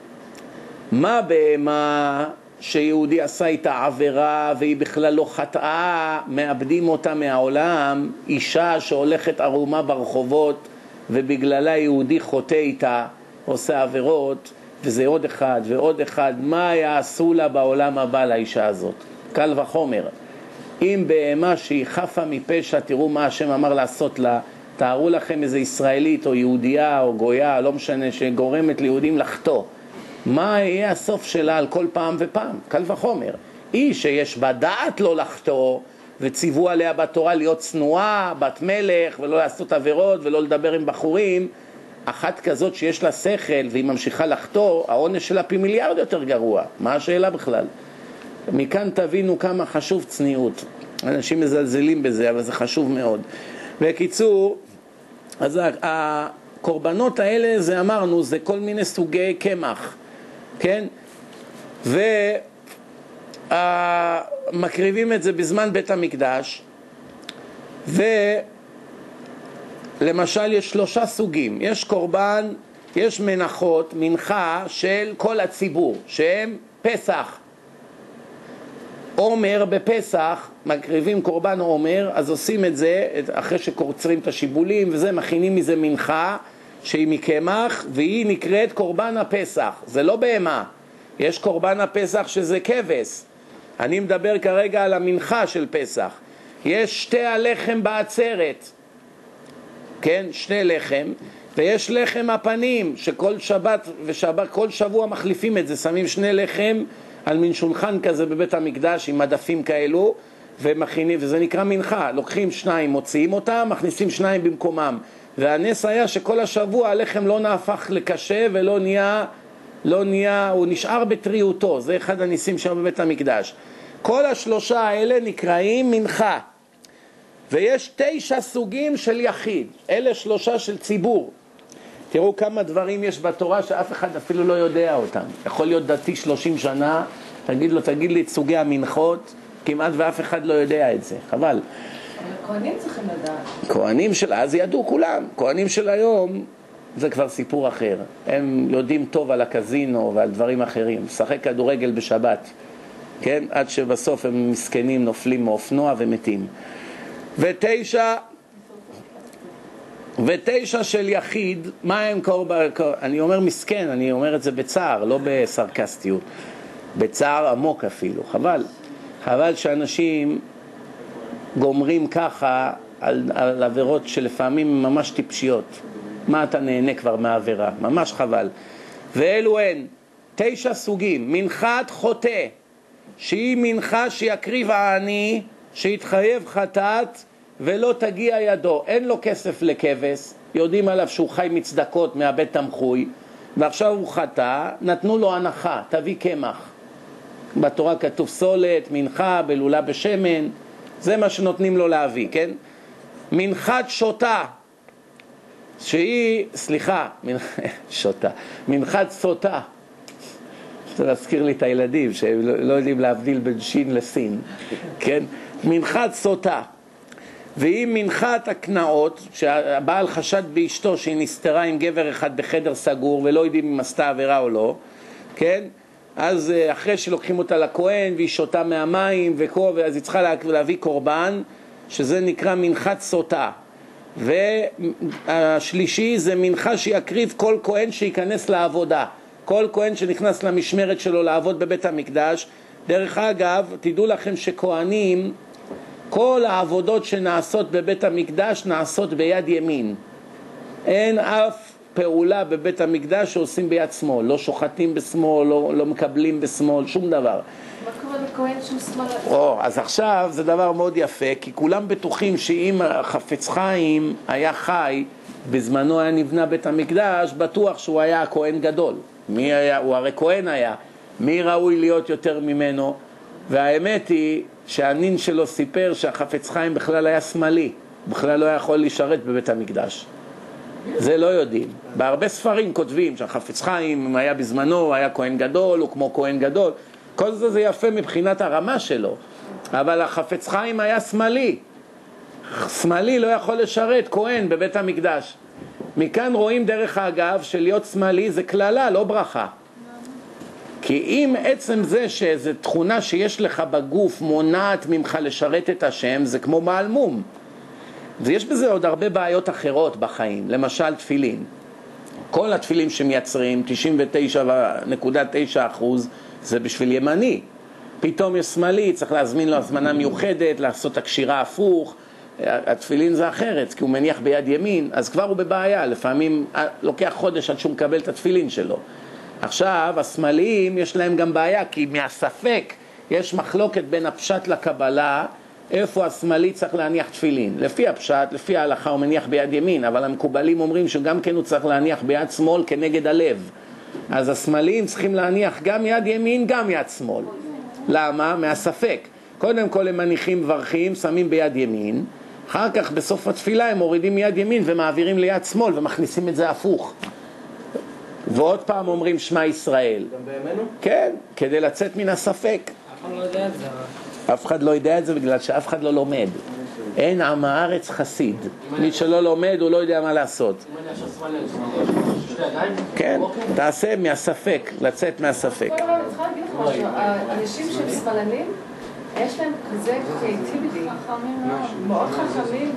מה בהמה שיהודי עשה איתה עבירה והיא בכלל לא חטאה, מאבדים אותה מהעולם, אישה שהולכת ערומה ברחובות ובגללה יהודי חוטא איתה, עושה עבירות, וזה עוד אחד ועוד אחד, מה יעשו לה בעולם הבא לאישה הזאת? קל וחומר. אם בהמה שהיא חפה מפשע, תראו מה השם אמר לעשות לה, תארו לכם איזה ישראלית או יהודייה או גויה, לא משנה, שגורמת ליהודים לחטוא. מה יהיה הסוף שלה על כל פעם ופעם? קל וחומר. היא שיש בה דעת לא לחטוא, וציוו עליה בתורה להיות צנועה, בת מלך, ולא לעשות עבירות ולא לדבר עם בחורים, אחת כזאת שיש לה שכל והיא ממשיכה לחטוא, העונש שלה פי מיליארד יותר גרוע. מה השאלה בכלל? מכאן תבינו כמה חשוב צניעות. אנשים מזלזלים בזה, אבל זה חשוב מאוד. בקיצור, אז הקורבנות האלה, זה אמרנו, זה כל מיני סוגי קמח, כן? ומקריבים את זה בזמן בית המקדש, ולמשל יש שלושה סוגים. יש קורבן, יש מנחות, מנחה של כל הציבור, שהם פסח. עומר בפסח, מקריבים קורבן עומר, אז עושים את זה, אחרי שקורצרים את השיבולים וזה, מכינים מזה מנחה שהיא מקמח, והיא נקראת קורבן הפסח. זה לא בהמה, יש קורבן הפסח שזה כבש. אני מדבר כרגע על המנחה של פסח. יש שתי הלחם בעצרת, כן, שני לחם, ויש לחם הפנים, שכל שבת ושבת, כל שבוע מחליפים את זה, שמים שני לחם על מין שולחן כזה בבית המקדש עם מדפים כאלו, ומכינים, וזה נקרא מנחה. לוקחים שניים, מוציאים אותם, מכניסים שניים במקומם. והנס היה שכל השבוע הלחם לא נהפך לקשה ולא נהיה, לא נהיה, הוא נשאר בטריותו. זה אחד הניסים שם בבית המקדש. כל השלושה האלה נקראים מנחה. ויש תשע סוגים של יחיד. אלה שלושה של ציבור. תראו כמה דברים יש בתורה שאף אחד אפילו לא יודע אותם. יכול להיות דתי שלושים שנה, תגיד לו, תגיד לי את סוגי המנחות, כמעט ואף אחד לא יודע את זה, חבל. כהנים צריכים לדעת. כהנים של אז ידעו כולם, כהנים של היום זה כבר סיפור אחר. הם יודעים טוב על הקזינו ועל דברים אחרים, שחק כדורגל בשבת, כן? עד שבסוף הם מסכנים, נופלים מאופנוע ומתים. ותשע... ותשע של יחיד, מה הם קורבן? אני אומר מסכן, אני אומר את זה בצער, לא בסרקסטיות, בצער עמוק אפילו. חבל, חבל שאנשים גומרים ככה על, על עבירות שלפעמים הן ממש טיפשיות. מה אתה נהנה כבר מהעבירה? ממש חבל. ואלו הן תשע סוגים. מנחת חוטא, שהיא מנחה שיקריב העני, שיתחייב חטאת ולא תגיע ידו. אין לו כסף לכבש, יודעים עליו שהוא חי מצדקות מהבית תמחוי, ועכשיו הוא חטא, נתנו לו הנחה, תביא קמח. בתורה כתוב סולת, מנחה, בלולה בשמן, זה מה שנותנים לו להביא, כן? מנחת שוטה, שהיא, סליחה, שוטה, מנחת סוטה. זה להזכיר לי את הילדים שהם לא יודעים להבדיל בין שין לסין, כן? מנחת סוטה. והיא מנחת הקנאות, שהבעל חשד באשתו שהיא נסתרה עם גבר אחד בחדר סגור ולא יודעים אם עשתה עבירה או לא, כן? אז אחרי שלוקחים אותה לכהן והיא שותה מהמים וכל, אז היא צריכה להביא קורבן, שזה נקרא מנחת סוטה. והשלישי זה מנחה שיקריב כל כהן שייכנס לעבודה, כל כהן שנכנס למשמרת שלו לעבוד בבית המקדש. דרך אגב, תדעו לכם שכהנים, כל העבודות שנעשות בבית המקדש נעשות ביד ימין. אין אף פעולה בבית המקדש שעושים ביד שמאל, לא שוחטים בשמאל, לא, לא מקבלים בשמאל, שום דבר. מה קורה לכהן שהוא שמאל? או, אז עכשיו זה דבר מאוד יפה, כי כולם בטוחים שאם חפץ חיים היה חי, בזמנו היה נבנה בית המקדש, בטוח שהוא היה הכהן גדול. מי היה? הוא הרי כהן היה. מי ראוי להיות יותר ממנו? והאמת היא שהנין שלו סיפר שהחפץ חיים בכלל היה שמאלי, בכלל לא יכול לשרת בבית המקדש. זה לא יודעים. בהרבה ספרים כותבים שהחפץ חיים היה בזמנו, היה כהן גדול, הוא כמו כהן גדול. כל זה זה יפה מבחינת הרמה שלו. אבל החפץ חיים היה שמאלי. שמאלי לא יכול לשרת כהן בבית המקדש. מכאן רואים דרך אגב שלהיות שמאלי זה כללה, לא ברכה. כי אם עצם זה שאיזו תכונה שיש לך בגוף מונעת ממך לשרת את השם, זה כמו בעל מום. ויש בזה עוד הרבה בעיות אחרות בחיים, למשל תפילין. כל התפילים שמייצרים, תשעים ותשע נקודה תשע אחוז, זה בשביל ימני. פתאום יש שמאלי, צריך להזמין לו הזמנה מיוחדת, לעשות הקשירה הפוך. התפילין זה אחרת, כי הוא מניח ביד ימין, אז כבר הוא בבעיה. לפעמים לוקח חודש עד שהוא מקבל את התפילין שלו. עכשיו, השמאליים יש להם גם בעיה, כי מהספק יש מחלוקת בין הפשט לקבלה, איפה השמאלי צריך להניח תפילין. לפי הפשט, לפי ההלכה הוא מניח ביד ימין, אבל המקובלים אומרים שגם כן הוא צריך להניח ביד שמאל כנגד הלב. אז השמאליים צריכים להניח גם יד ימין, גם יד שמאל. למה? מהספק. קודם כל הם מניחים מברכים, שמים ביד ימין, אחר כך בסוף התפילה הם מורידים מיד ימין ומעבירים ליד שמאל ומכניסים את זה הפוך. ועוד פעם אומרים שמע ישראל. גם בימינו? כן, כדי לצאת מן הספק. אף אחד לא יודע את זה. אף אחד לא יודע את זה בגלל שאף אחד לא לומד. אין עם הארץ חסיד. מי שלא לומד הוא לא יודע מה לעשות. אם אני עכשיו שמאלי, שתי ידיים? כן, תעשה מהספק, לצאת מהספק. כל הזמן, אני צריכה להגיד לך משהו. האנשים שהם שמאלנים, יש להם כזה קריאטיביטי. מאוד חכמים,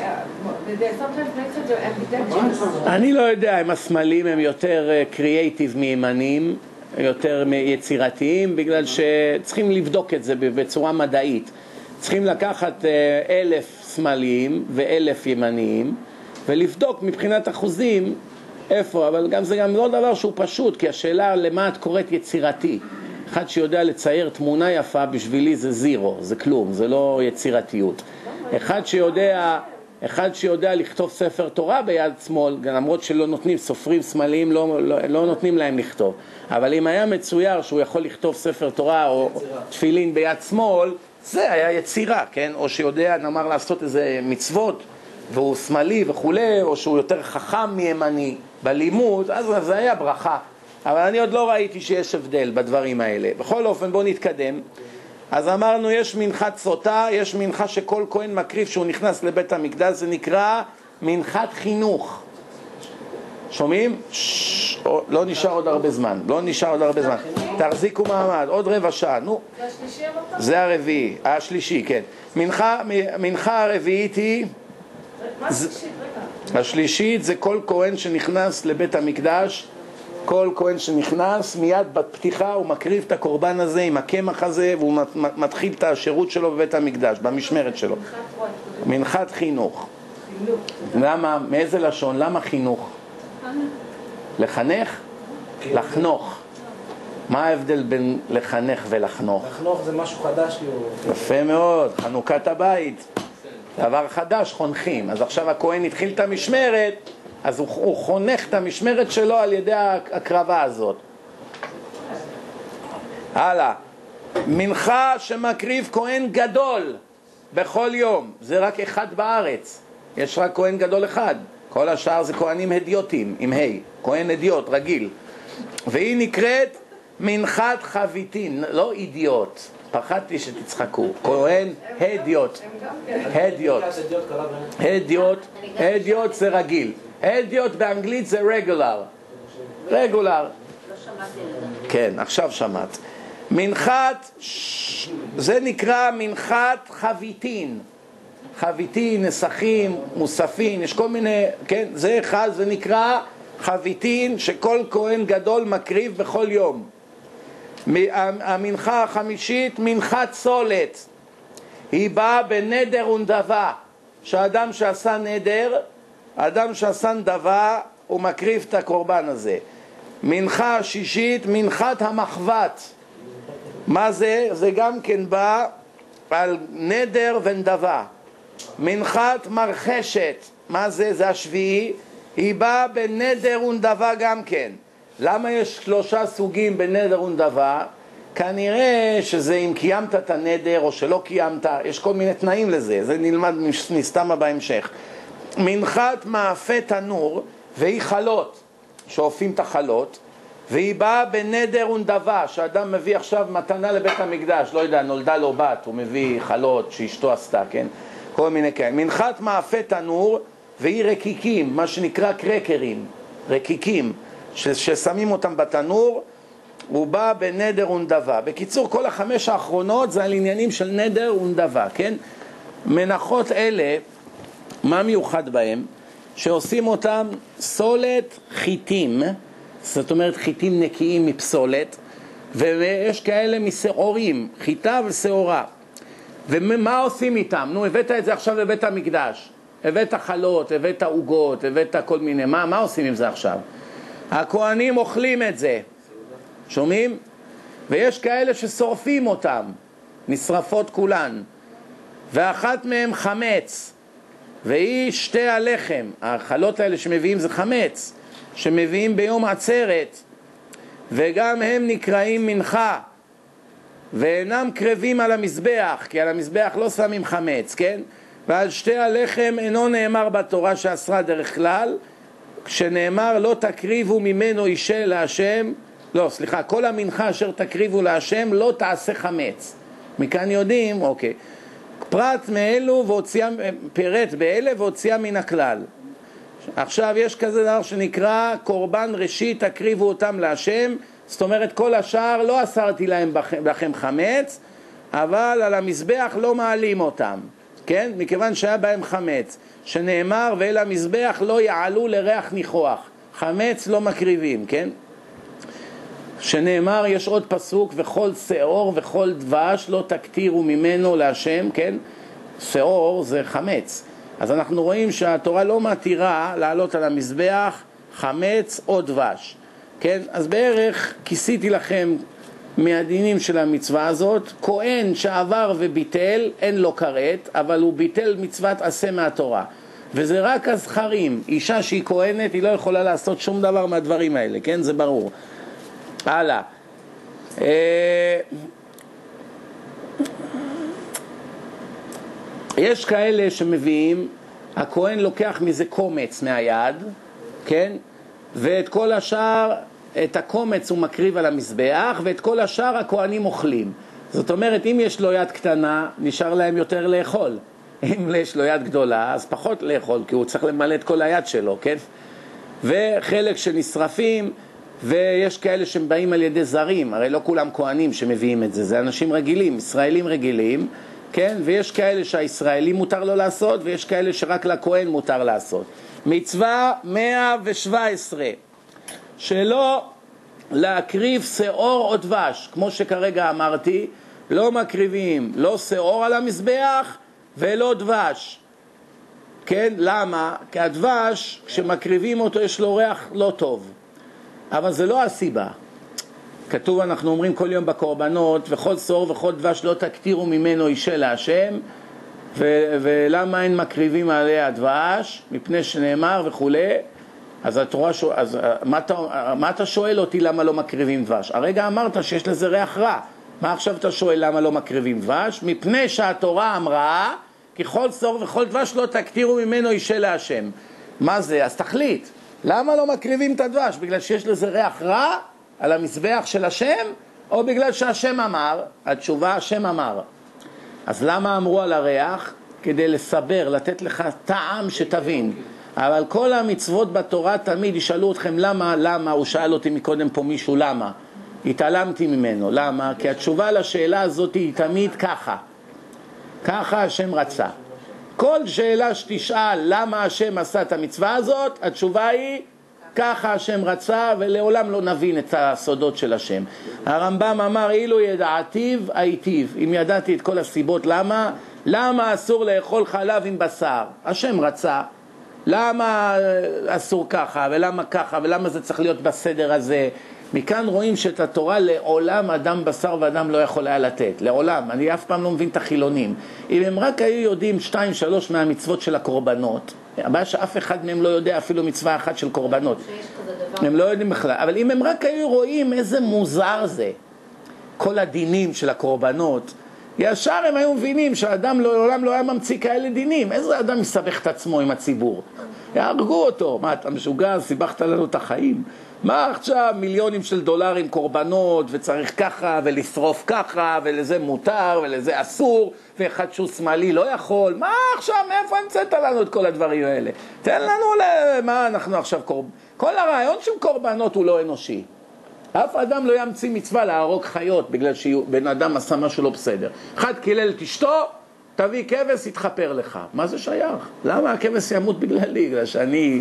אני לא יודע אם השמאלים הם יותר קריאטיב מימנים, יותר יצירתיים, בגלל שצריכים לבדוק את זה בצורה מדעית. צריכים לקחת אלף שמאליים ואלף ימניים, ולבדוק מבחינת אחוזים איפה, אבל גם זה גם לא דבר שהוא פשוט, כי השאלה למה את קוראת יצירתי. אחד שיודע לצייר תמונה יפה בשבילי זה זירו, זה כלום, זה לא יצירתיות. אחד שיודע, אחד שיודע לכתוב ספר תורה ביד שמאל, למרות שלא נותנים, סופרים שמאליים לא, לא, לא נותנים להם לכתוב. אבל אם היה מצויר שהוא יכול לכתוב ספר תורה או תפילין ביד שמאל, זה היה יצירה, כן? או שיודע, נאמר, לעשות איזה מצוות, והוא שמאלי וכולי, או שהוא יותר חכם מימני בלימוד, אז זה היה ברכה. אבל אני עוד לא ראיתי שיש הבדל בדברים האלה. בכל אופן, בואו נתקדם. אז אמרנו, יש מנחת סוטה, יש מנחה שכל כהן מקריב שהוא נכנס לבית המקדש, זה נקרא מנחת חינוך. שומעים? שש, לא נשאר עוד הרבה זמן, לא נשאר עוד הרבה זמן. תחזיקו מעמד, עוד רבע שעה, נו. זה השלישי אמרת? זה הרביעי, השלישי, כן. מנחה, מנחה הרביעית היא... מה השלישית? רגע. השלישית זה כל כהן שנכנס לבית המקדש, כל כהן שנכנס, מיד בפתיחה הוא מקריב את הקורבן הזה עם הקמח הזה, והוא מתחיל את השירות שלו בבית המקדש, במשמרת שלו. מנחת חינוך. למה? מאיזה לשון? למה חינוך? לחנך? לחנוך. מה ההבדל בין לחנך ולחנוך? לחנוך זה משהו חדש. יפה מאוד, חנוכת הבית. דבר חדש, חונכים. אז עכשיו הכהן התחיל את המשמרת, אז הוא, הוא חונך את המשמרת שלו על ידי הקרבה הזאת. הלאה. מנחה שמקריב כהן גדול בכל יום. זה רק אחד בארץ. יש רק כהן גדול אחד. כל השאר זה כהנים הדיוטים, עם ה', כהן הדיוט, רגיל. והיא נקראת מנחת חביתין, לא אידיוט. פחדתי שתצחקו. כהן הדיוט. הדיוט. הדיוט. הדיוט זה רגיל. הדיוט באנגלית זה רגולר. רגולר. כן, עכשיו שמעת. מנחת, זה נקרא מנחת חביתין. חביתין, נסחים, מוספין, יש כל מיני, כן, זה אחד, זה נקרא חביתין שכל כהן גדול מקריב בכל יום. המנחה החמישית, מנחת סולת, היא באה בנדר ונדבה, שהאדם שעשה נדר, האדם שעשה נדבה, הוא מקריב את הקורבן הזה. מנחה השישית, מנחת המחבת, מה זה? זה גם כן בא על נדר ונדבה. מנחת מרחשת, מה זה? זה השביעי, היא באה בנדר ונדבה גם כן. למה יש שלושה סוגים בנדר ונדבה? כנראה שזה אם קיימת את הנדר או שלא קיימת, יש כל מיני תנאים לזה, זה נלמד נסתמה בהמשך. מנחת מאפה תנור, והיא חלות, שאופים את החלות, והיא באה בנדר ונדבה, שאדם מביא עכשיו מתנה לבית המקדש, לא יודע, נולדה לו בת, הוא מביא חלות שאשתו עשתה, כן? כל מיני כאלה. מנחת מאפה תנור, והיא רקיקים, מה שנקרא קרקרים, רקיקים, ש- ששמים אותם בתנור, הוא בא בנדר ונדבה. בקיצור, כל החמש האחרונות זה על עניינים של נדר ונדבה, כן? מנחות אלה, מה מיוחד בהם? שעושים אותם סולת חיטים, זאת אומרת חיטים נקיים מפסולת, ויש כאלה משעורים, חיטה ושעורה. ומה עושים איתם? נו, הבאת את זה עכשיו לבית המקדש, הבאת חלות, הבאת עוגות, הבאת כל מיני, מה, מה עושים עם זה עכשיו? הכהנים אוכלים את זה, שומעים? ויש כאלה ששורפים אותם, נשרפות כולן, ואחת מהם חמץ, והיא שתי הלחם. החלות האלה שמביאים זה חמץ, שמביאים ביום עצרת, וגם הם נקראים מנחה, ואינם קרבים על המזבח, כי על המזבח לא שמים חמץ, כן? ועל שתי הלחם אינו נאמר בתורה שאסרה דרך כלל, כשנאמר לא תקריבו ממנו אישה להשם, לא, סליחה, כל המנחה אשר תקריבו להשם לא תעשה חמץ. מכאן יודעים, אוקיי. פרט מאלו והוציאה, פירט באלה והוציאה מן הכלל. עכשיו יש כזה דבר שנקרא קורבן ראשית תקריבו אותם להשם, זאת אומרת כל השאר לא אסרתי להם לכם חמץ, אבל על המזבח לא מעלים אותם, כן? מכיוון שהיה בהם חמץ, שנאמר ואל המזבח לא יעלו לריח ניחוח, חמץ לא מקריבים, כן? שנאמר יש עוד פסוק וכל שעור וכל דבש לא תקטירו ממנו להשם, כן? שעור זה חמץ, אז אנחנו רואים שהתורה לא מתירה לעלות על המזבח חמץ או דבש, כן? אז בערך כיסיתי לכם מהדינים של המצווה הזאת. כהן שעבר וביטל אין לו כרת, אבל הוא ביטל מצוות עשה מהתורה, וזה רק הזכרים. אישה שהיא כהנת היא לא יכולה לעשות שום דבר מהדברים האלה, כן? זה ברור. הלאה. יש כאלה שמביאים, הכהן לוקח מזה קומץ מהיד, כן? ואת כל השאר, את הקומץ הוא מקריב על המזבח, ואת כל השאר הכהנים אוכלים. זאת אומרת, אם יש לו יד קטנה, נשאר להם יותר לאכול. אם יש לו יד גדולה, אז פחות לאכול, כי הוא צריך למלא את כל היד שלו, כן? וחלק שנשרפים, ויש כאלה שבאים על ידי זרים, הרי לא כולם כהנים שמביאים את זה, זה אנשים רגילים, ישראלים רגילים, כן? ויש כאלה שהישראלים מותר לו לעשות, ויש כאלה שרק לכהן מותר לעשות. מצווה מאה ושבע עשרה, שלא להקריב שעור או דבש, כמו שכרגע אמרתי, לא מקריבים לא שעור על המזבח ולא דבש. כן, למה? כי הדבש, כשמקריבים אותו יש לו ריח לא טוב, אבל זה לא הסיבה. כתוב, אנחנו אומרים כל יום בקורבנות, וכל שעור וכל דבש לא תקטירו ממנו אישה להשם. ו- ולמה אין מקריבים עליה הדבש? מפני שנאמר וכולי. אז התורה שואל, אז מה אתה, מה אתה שואל אותי למה לא מקריבים דבש? הרגע אמרת שיש לזה ריח רע. מה עכשיו אתה שואל למה לא מקריבים דבש? מפני שהתורה אמרה, כי כל שעור וכל דבש לא תקטירו ממנו אישה להשם. מה זה? אז תחליט. למה לא מקריבים את הדבש? בגלל שיש לזה ריח רע על המזבח של השם, או בגלל שהשם אמר? התשובה, השם אמר. אז למה אמרו על הריח? כדי לסבר, לתת לך טעם שתבין. אבל כל המצוות בתורה תמיד ישאלו אתכם למה, למה, הוא שאל אותי מקודם פה מישהו למה. התעלמתי ממנו, למה? כי התשובה לשאלה הזאת היא תמיד ככה. ככה השם רצה. כל שאלה שתשאל למה השם עשה את המצווה הזאת, התשובה היא ככה השם רצה, ולעולם לא נבין את הסודות של השם. הרמב"ם אמר, אילו ידעתיו הייתיו. אם ידעתי את כל הסיבות למה, למה אסור לאכול חלב עם בשר? השם רצה. למה אסור ככה, ולמה ככה, ולמה זה צריך להיות בסדר הזה? מכאן רואים שאת התורה לעולם אדם בשר ואדם לא יכול היה לתת. לעולם. אני אף פעם לא מבין את החילונים. אם הם רק היו יודעים שתיים, שלוש מהמצוות של הקורבנות, הבעיה שאף אחד מהם לא יודע אפילו מצווה אחת של קורבנות. הם לא יודעים בכלל. אבל אם הם רק היו רואים איזה מוזר זה, כל הדינים של הקורבנות, ישר הם היו מבינים שהאדם לעולם לא היה ממציא כאלה דינים. איזה אדם יסבך את עצמו עם הציבור? יהרגו אותו. מה, אתה משוגע? סיבכת לנו את החיים. מה עכשיו מיליונים של דולרים קורבנות, וצריך ככה ולשרוף ככה, ולזה מותר ולזה אסור, ואחד שהוא שמאלי לא יכול? מה עכשיו, מאיפה המצאת לנו את כל הדברים האלה? תן לנו למה אנחנו עכשיו קורבנות. כל הרעיון של קורבנות הוא לא אנושי. אף אדם לא ימציא מצווה להרוג חיות בגלל שבן אדם עשה משהו לא בסדר. אחד קילל את אשתו, תביא כבש, יתחפר לך. מה זה שייך? למה הכבש ימות בגללי? בגלל שאני...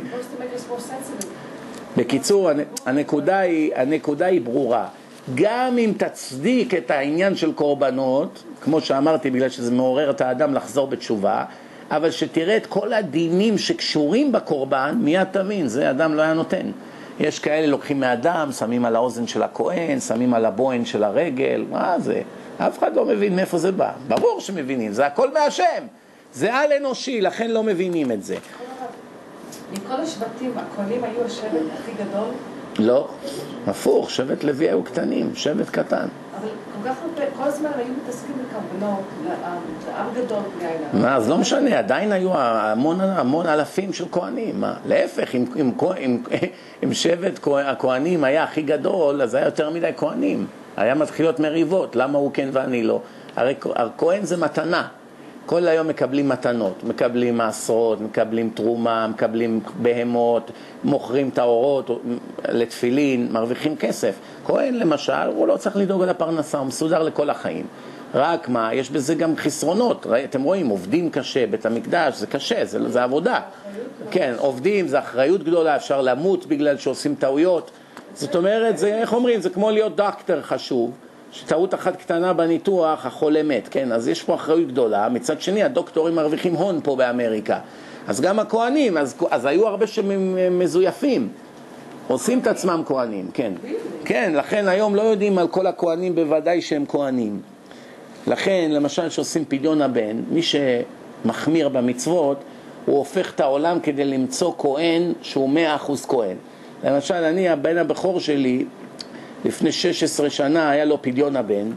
בקיצור, הנקודה היא, הנקודה היא ברורה. גם אם תצדיק את העניין של קורבנות, כמו שאמרתי, בגלל שזה מעורר את האדם לחזור בתשובה, אבל שתראה את כל הדינים שקשורים בקורבן, מיד תבין, זה אדם לא היה נותן. יש כאלה לוקחים מאדם, שמים על האוזן של הכהן, שמים על הבוהן של הרגל, מה זה? אף אחד לא מבין מאיפה זה בא. ברור שמבינים, זה הכל מהשם. זה על אנושי, לכן לא מבינים את זה. מכל השבטים, הכהנים היו השבט הכי גדול? לא, הפוך, שבט לוי היו קטנים, שבט קטן. אבל כל כך הרבה, כל הזמן היו מתעסקים בקורבנות, לעם גדול בני העולם. מה, אז לא משנה, עדיין היו המון, המון אלפים של כהנים. מה? להפך, אם, אם, אם, אם שבט הכהנים היה הכי גדול, אז היה יותר מדי כהנים. היה מתחילות מריבות, למה הוא כן ואני לא? הרי הכהן זה מתנה. כל היום מקבלים מתנות, מקבלים מעשרות, מקבלים תרומה, מקבלים בהמות, מוכרים את האורות לתפילין, מרוויחים כסף. כהן למשל, הוא לא צריך לדאוג על הפרנסה, הוא מסודר לכל החיים. רק מה, יש בזה גם חסרונות. אתם רואים, עובדים קשה, בית המקדש, זה קשה, זה, זה עבודה. כן, עובדים, זה אחריות גדולה, אפשר למות בגלל שעושים טעויות. זאת אומרת, זה, איך אומרים, זה כמו להיות דוקטור חשוב. שטעות אחת קטנה בניתוח, החולה מת, כן? אז יש פה אחריות גדולה. מצד שני, הדוקטורים מרוויחים הון פה באמריקה. אז גם הכהנים, אז, אז היו הרבה שמזויפים. עושים את עצמם כהנים, כן. כן, לכן היום לא יודעים על כל הכהנים בוודאי שהם כהנים. לכן, למשל, שעושים פדיון הבן, מי שמחמיר במצוות, הוא הופך את העולם כדי למצוא כהן שהוא מאה אחוז כהן. למשל, אני, הבן הבכור שלי, לפני שש עשרה שנה היה לו פדיון הבן,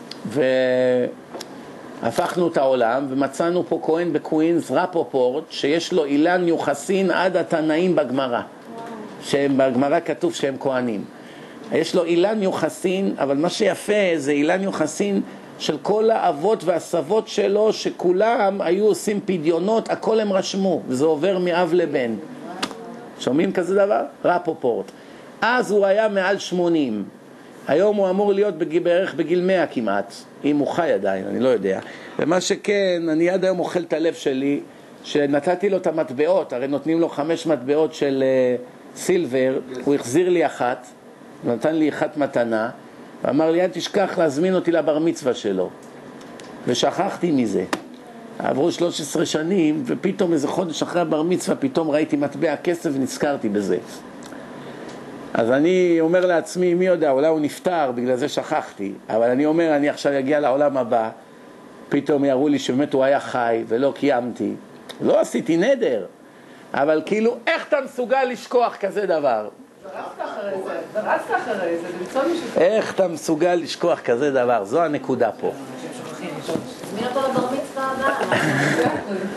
והפכנו את העולם, ומצאנו פה כהן בקווינס, רפופורט, שיש לו אילן יוחסין עד התנאים בגמרא. שבגמרא כתוב שהם כהנים. יש לו אילן יוחסין, אבל מה שיפה זה אילן יוחסין של כל האבות והסבות שלו, שכולם היו עושים פדיונות, הכל הם רשמו, וזה עובר מאב לבן. שומעים כזה דבר? רפופורט. אז הוא היה מעל שמונים. היום הוא אמור להיות בערך בגיל מאה כמעט, אם הוא חי עדיין, אני לא יודע. ומה שכן, אני עד היום אוכל את הלב שלי, שנתתי לו את המטבעות, הרי נותנים לו חמש מטבעות של uh, סילבר, הוא החזיר לי אחת, נתן לי אחת מתנה, ואמר לי, אל תשכח להזמין אותי לבר מצווה שלו. ושכחתי מזה. עברו שלוש עשרה שנים, ופתאום איזה חודש אחרי הבר מצווה, פתאום ראיתי מטבע כסף ונזכרתי בזה. אז אני אומר לעצמי, מי יודע, אולי הוא נפטר, בגלל זה שכחתי. אבל אני אומר, אני עכשיו אגיע לעולם הבא, פתאום יראו לי שבאמת הוא היה חי, ולא קיימתי. לא עשיתי נדר, אבל כאילו, איך אתה מסוגל לשכוח כזה דבר? דרסת אחרי זה, דרסת אחרי זה, למצוא מישהו. איך אתה מסוגל לשכוח כזה דבר? זו הנקודה פה. מי אותו לבר מצווה הבאה?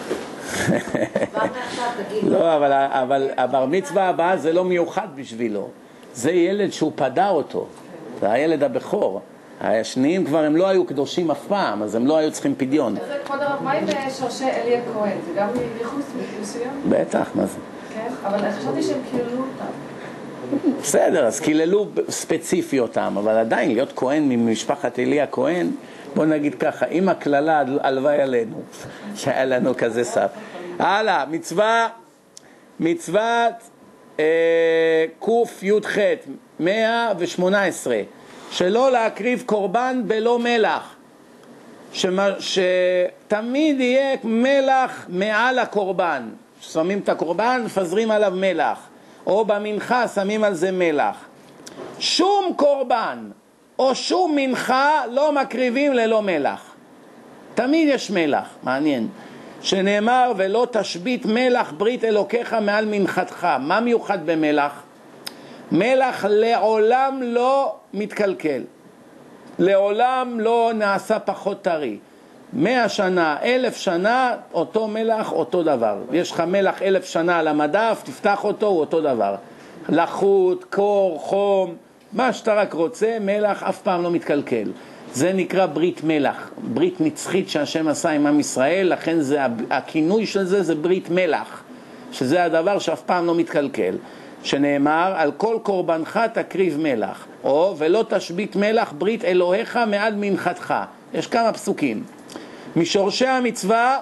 לא, אבל, אבל הבר מצווה הבאה זה לא מיוחד בשבילו. זה ילד שהוא פדה אותו. זה הילד הבכור. השניים כבר הם לא היו קדושים אף פעם, אז הם לא היו צריכים פדיון. אז כבוד הרב, מה עם שורשי אלי הכהן? זה גם ייחוס מסוים? בטח, מה זה? כן, אבל חשבתי שהם קיללו אותם. בסדר, אז קיללו ספציפי אותם, אבל עדיין להיות כהן ממשפחת אלי הכהן, בוא נגיד ככה, עם הכללה הלוואי עלינו, שהיה לנו כזה סף. הלאה, מצווה, מצוות אה, קוף י' ח' מאה ושמונה עשרה, שלא להקריב קורבן בלא מלח, שמה, שתמיד יהיה מלח מעל הקורבן, ששמים את הקורבן מפזרים עליו מלח, או במנחה שמים על זה מלח. שום קורבן או שום מנחה לא מקריבים ללא מלח, תמיד יש מלח. מעניין שנאמר ולא תשבית מלח ברית אלוקיך מעל מנחתך. מה מיוחד במלח? מלח לעולם לא מתקלקל, לעולם לא נעשה פחות טרי. מאה שנה, אלף שנה, אותו מלח, אותו דבר. יש לך מלח אלף שנה על המדף, תפתח אותו, הוא אותו דבר. לחות, קור, חום, מה שאתה רק רוצה, מלח אף פעם לא מתקלקל. זה נקרא ברית מלח, ברית נצחית שהשם עשה עם עם ישראל, לכן זה, הכינוי של זה זה ברית מלח, שזה הדבר שאף פעם לא מתקלקל. שנאמר, על כל קורבנך תקריב מלח, או ולא תשבית מלח ברית אלוהיך מעל מנחתך. יש כמה פסוקים. משורשי המצווה,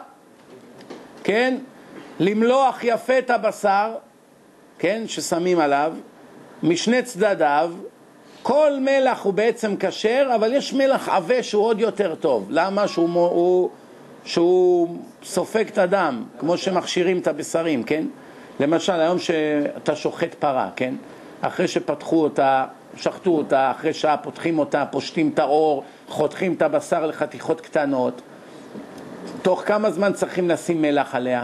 כן, למלוח יפה את הבשר, כן, ששמים עליו, משני צדדיו. כל מלח הוא בעצם כשר, אבל יש מלח עבה שהוא עוד יותר טוב. למה? שהוא, הוא, שהוא סופג את הדם, כמו שמכשירים את הבשרים, כן? למשל, היום שאתה שוחט פרה, כן? אחרי שפתחו אותה, שחטו אותה, אחרי שעה פותחים אותה, פושטים את האור, חותכים את הבשר לחתיכות קטנות. תוך כמה זמן צריכים לשים מלח עליה?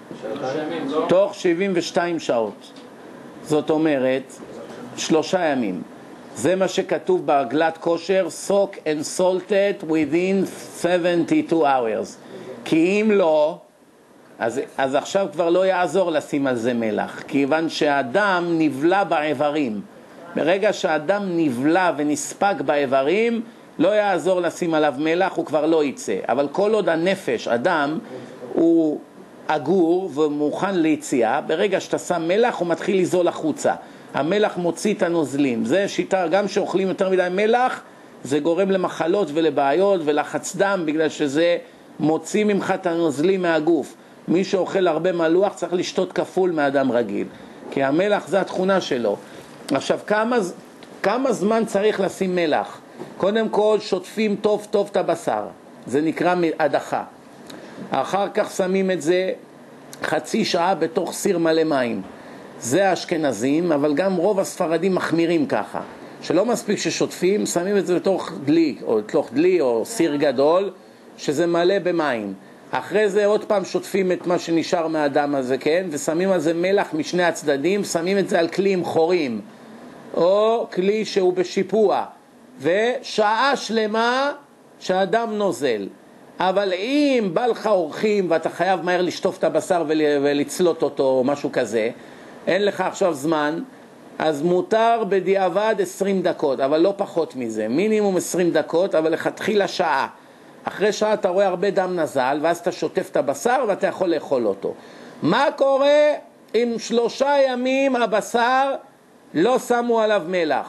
תוך שבעים ושתיים שעות. זאת אומרת, שלושה ימים. זה מה שכתוב בעגלת כושר, soak and salted within seventy-two hours. כי אם לא, אז, אז עכשיו כבר לא יעזור לשים על זה מלח, כיוון שהאדם נבלע באיברים. ברגע שהאדם נבלע ונספק באיברים, לא יעזור לשים עליו מלח, הוא כבר לא יצא. אבל כל עוד הנפש, אדם, הוא אגור ומוכן ליציאה, ברגע שאתה שם מלח הוא מתחיל לזול החוצה. המלח מוציא את הנוזלים. זה שיטה, גם שאוכלים יותר מדי מלח, זה גורם למחלות ולבעיות ולחץ דם, בגלל שזה מוציא ממך את הנוזלים מהגוף. מי שאוכל הרבה מלוח צריך לשתות כפול מאדם רגיל, כי המלח זה התכונה שלו. עכשיו, כמה, כמה זמן צריך לשים מלח? קודם כל, שוטפים טוב טוב את הבשר. זה נקרא הדחה. אחר כך שמים את זה חצי שעה בתוך סיר מלא מים. זה האשכנזים, אבל גם רוב הספרדים מחמירים ככה. שלא מספיק ששוטפים, שמים את זה בתוך דלי, או בתוך דלי, או סיר גדול, שזה מלא במים. אחרי זה עוד פעם שוטפים את מה שנשאר מהאדם הזה, כן? ושמים על זה מלח משני הצדדים, שמים את זה על כלי עם חורים, או כלי שהוא בשיפוע, ושעה שלמה שהאדם נוזל. אבל אם בא לך אורחים ואתה חייב מהר לשטוף את הבשר ולצלות אותו או משהו כזה, אין לך עכשיו זמן, אז מותר בדיעבד עשרים דקות, אבל לא פחות מזה, מינימום עשרים דקות, אבל לכתחילה שעה. אחרי שעה אתה רואה הרבה דם נזל, ואז אתה שוטף את הבשר ואתה יכול לאכול אותו. מה קורה אם שלושה ימים הבשר לא שמו עליו מלח?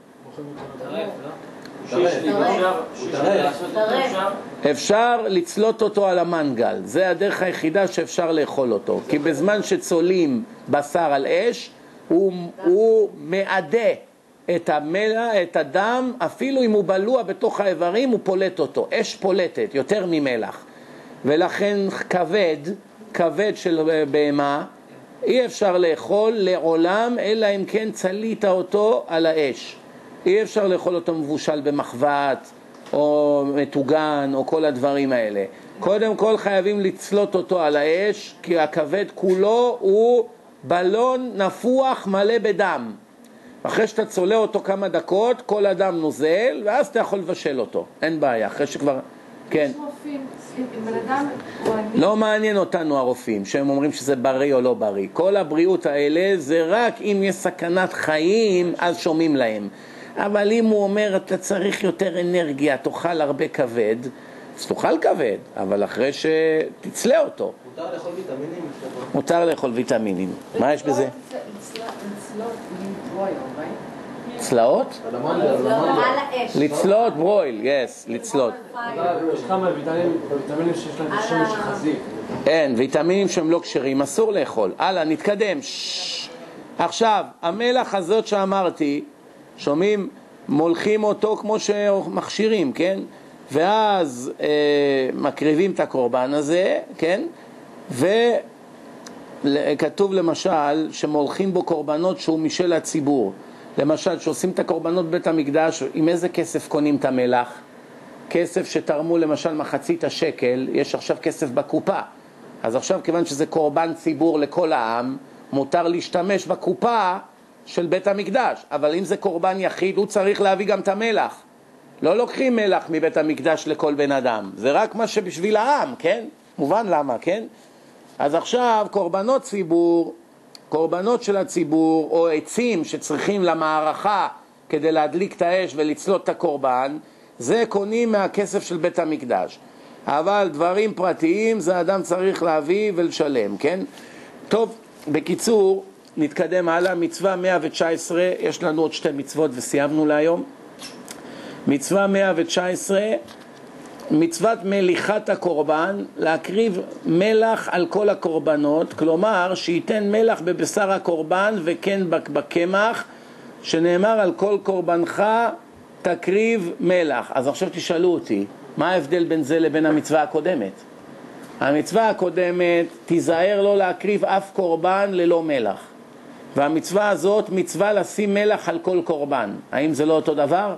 אפשר לצלות אותו על המנגל, זה הדרך היחידה שאפשר לאכול אותו, כי בזמן שצולים בשר על אש הוא, הוא מעדה, את המלח, את הדם, אפילו אם הוא בלוע בתוך האיברים, הוא פולט אותו. אש פולטת, יותר ממלח. ולכן כבד, כבד של בהמה, אי אפשר לאכול לעולם, אלא אם כן צלית אותו על האש. אי אפשר לאכול אותו מבושל במחבת, או מטוגן, או כל הדברים האלה. קודם כל חייבים לצלות אותו על האש, כי הכבד כולו הוא בלון נפוח מלא בדם. אחרי שאתה צולה אותו כמה דקות, כל הדם נוזל, ואז אתה יכול לבשל אותו. אין בעיה, אחרי שכבר... כן. יש רופאים, אם בן אדם... לא מעניין אותנו הרופאים, שהם אומרים שזה בריא או לא בריא. כל הבריאות האלה זה רק אם יש סכנת חיים, אז שומעים להם. אבל אם הוא אומר, אתה צריך יותר אנרגיה, תאכל הרבה כבד, אז תאכל כבד, אבל אחרי שתצלה אותו. מותר לאכול ויטמינים? מותר לאכול ויטמינים. מה יש בזה? צלעות? לצלות ברויל, יס, לצלות. יש כמה ויטמינים שיש להם בשמש החזית. אין, ויטמינים שהם לא כשרים, אסור לאכול. הלאה, נתקדם. עכשיו, המלח הזאת שאמרתי, שומעים, מולכים אותו כמו שמכשירים, כן? ואז אה, מקריבים את הקורבן הזה, כן? וכתוב למשל שמולכים בו קורבנות שהוא משל הציבור. למשל, שעושים את הקורבנות בית המקדש, עם איזה כסף קונים את המלח? כסף שתרמו למשל מחצית השקל, יש עכשיו כסף בקופה. אז עכשיו כיוון שזה קורבן ציבור לכל העם, מותר להשתמש בקופה של בית המקדש. אבל אם זה קורבן יחיד, הוא צריך להביא גם את המלח. לא לוקחים מלח מבית המקדש לכל בן אדם. זה רק מה שבשביל העם, כן? מובן למה, כן? אז עכשיו קורבנות ציבור, קורבנות של הציבור, או עצים שצריכים למערכה כדי להדליק את האש ולצלות את הקורבן, זה קונים מהכסף של בית המקדש. אבל דברים פרטיים זה אדם צריך להביא ולשלם, כן? טוב, בקיצור, נתקדם הלאה. מצווה מאה ותשע עשרה, יש לנו עוד שתי מצוות וסיימנו להיום. מצווה מאה ותשע עשרה, מצוות מליחת הקורבן, להקריב מלח על כל הקורבנות, כלומר שייתן מלח בבשר הקורבן וכן בקמח, שנאמר על כל קורבנך תקריב מלח. אז עכשיו תשאלו אותי, מה ההבדל בין זה לבין המצווה הקודמת? המצווה הקודמת, תיזהר לא להקריב אף קורבן ללא מלח. והמצווה הזאת, מצווה לשים מלח על כל קורבן. האם זה לא אותו דבר?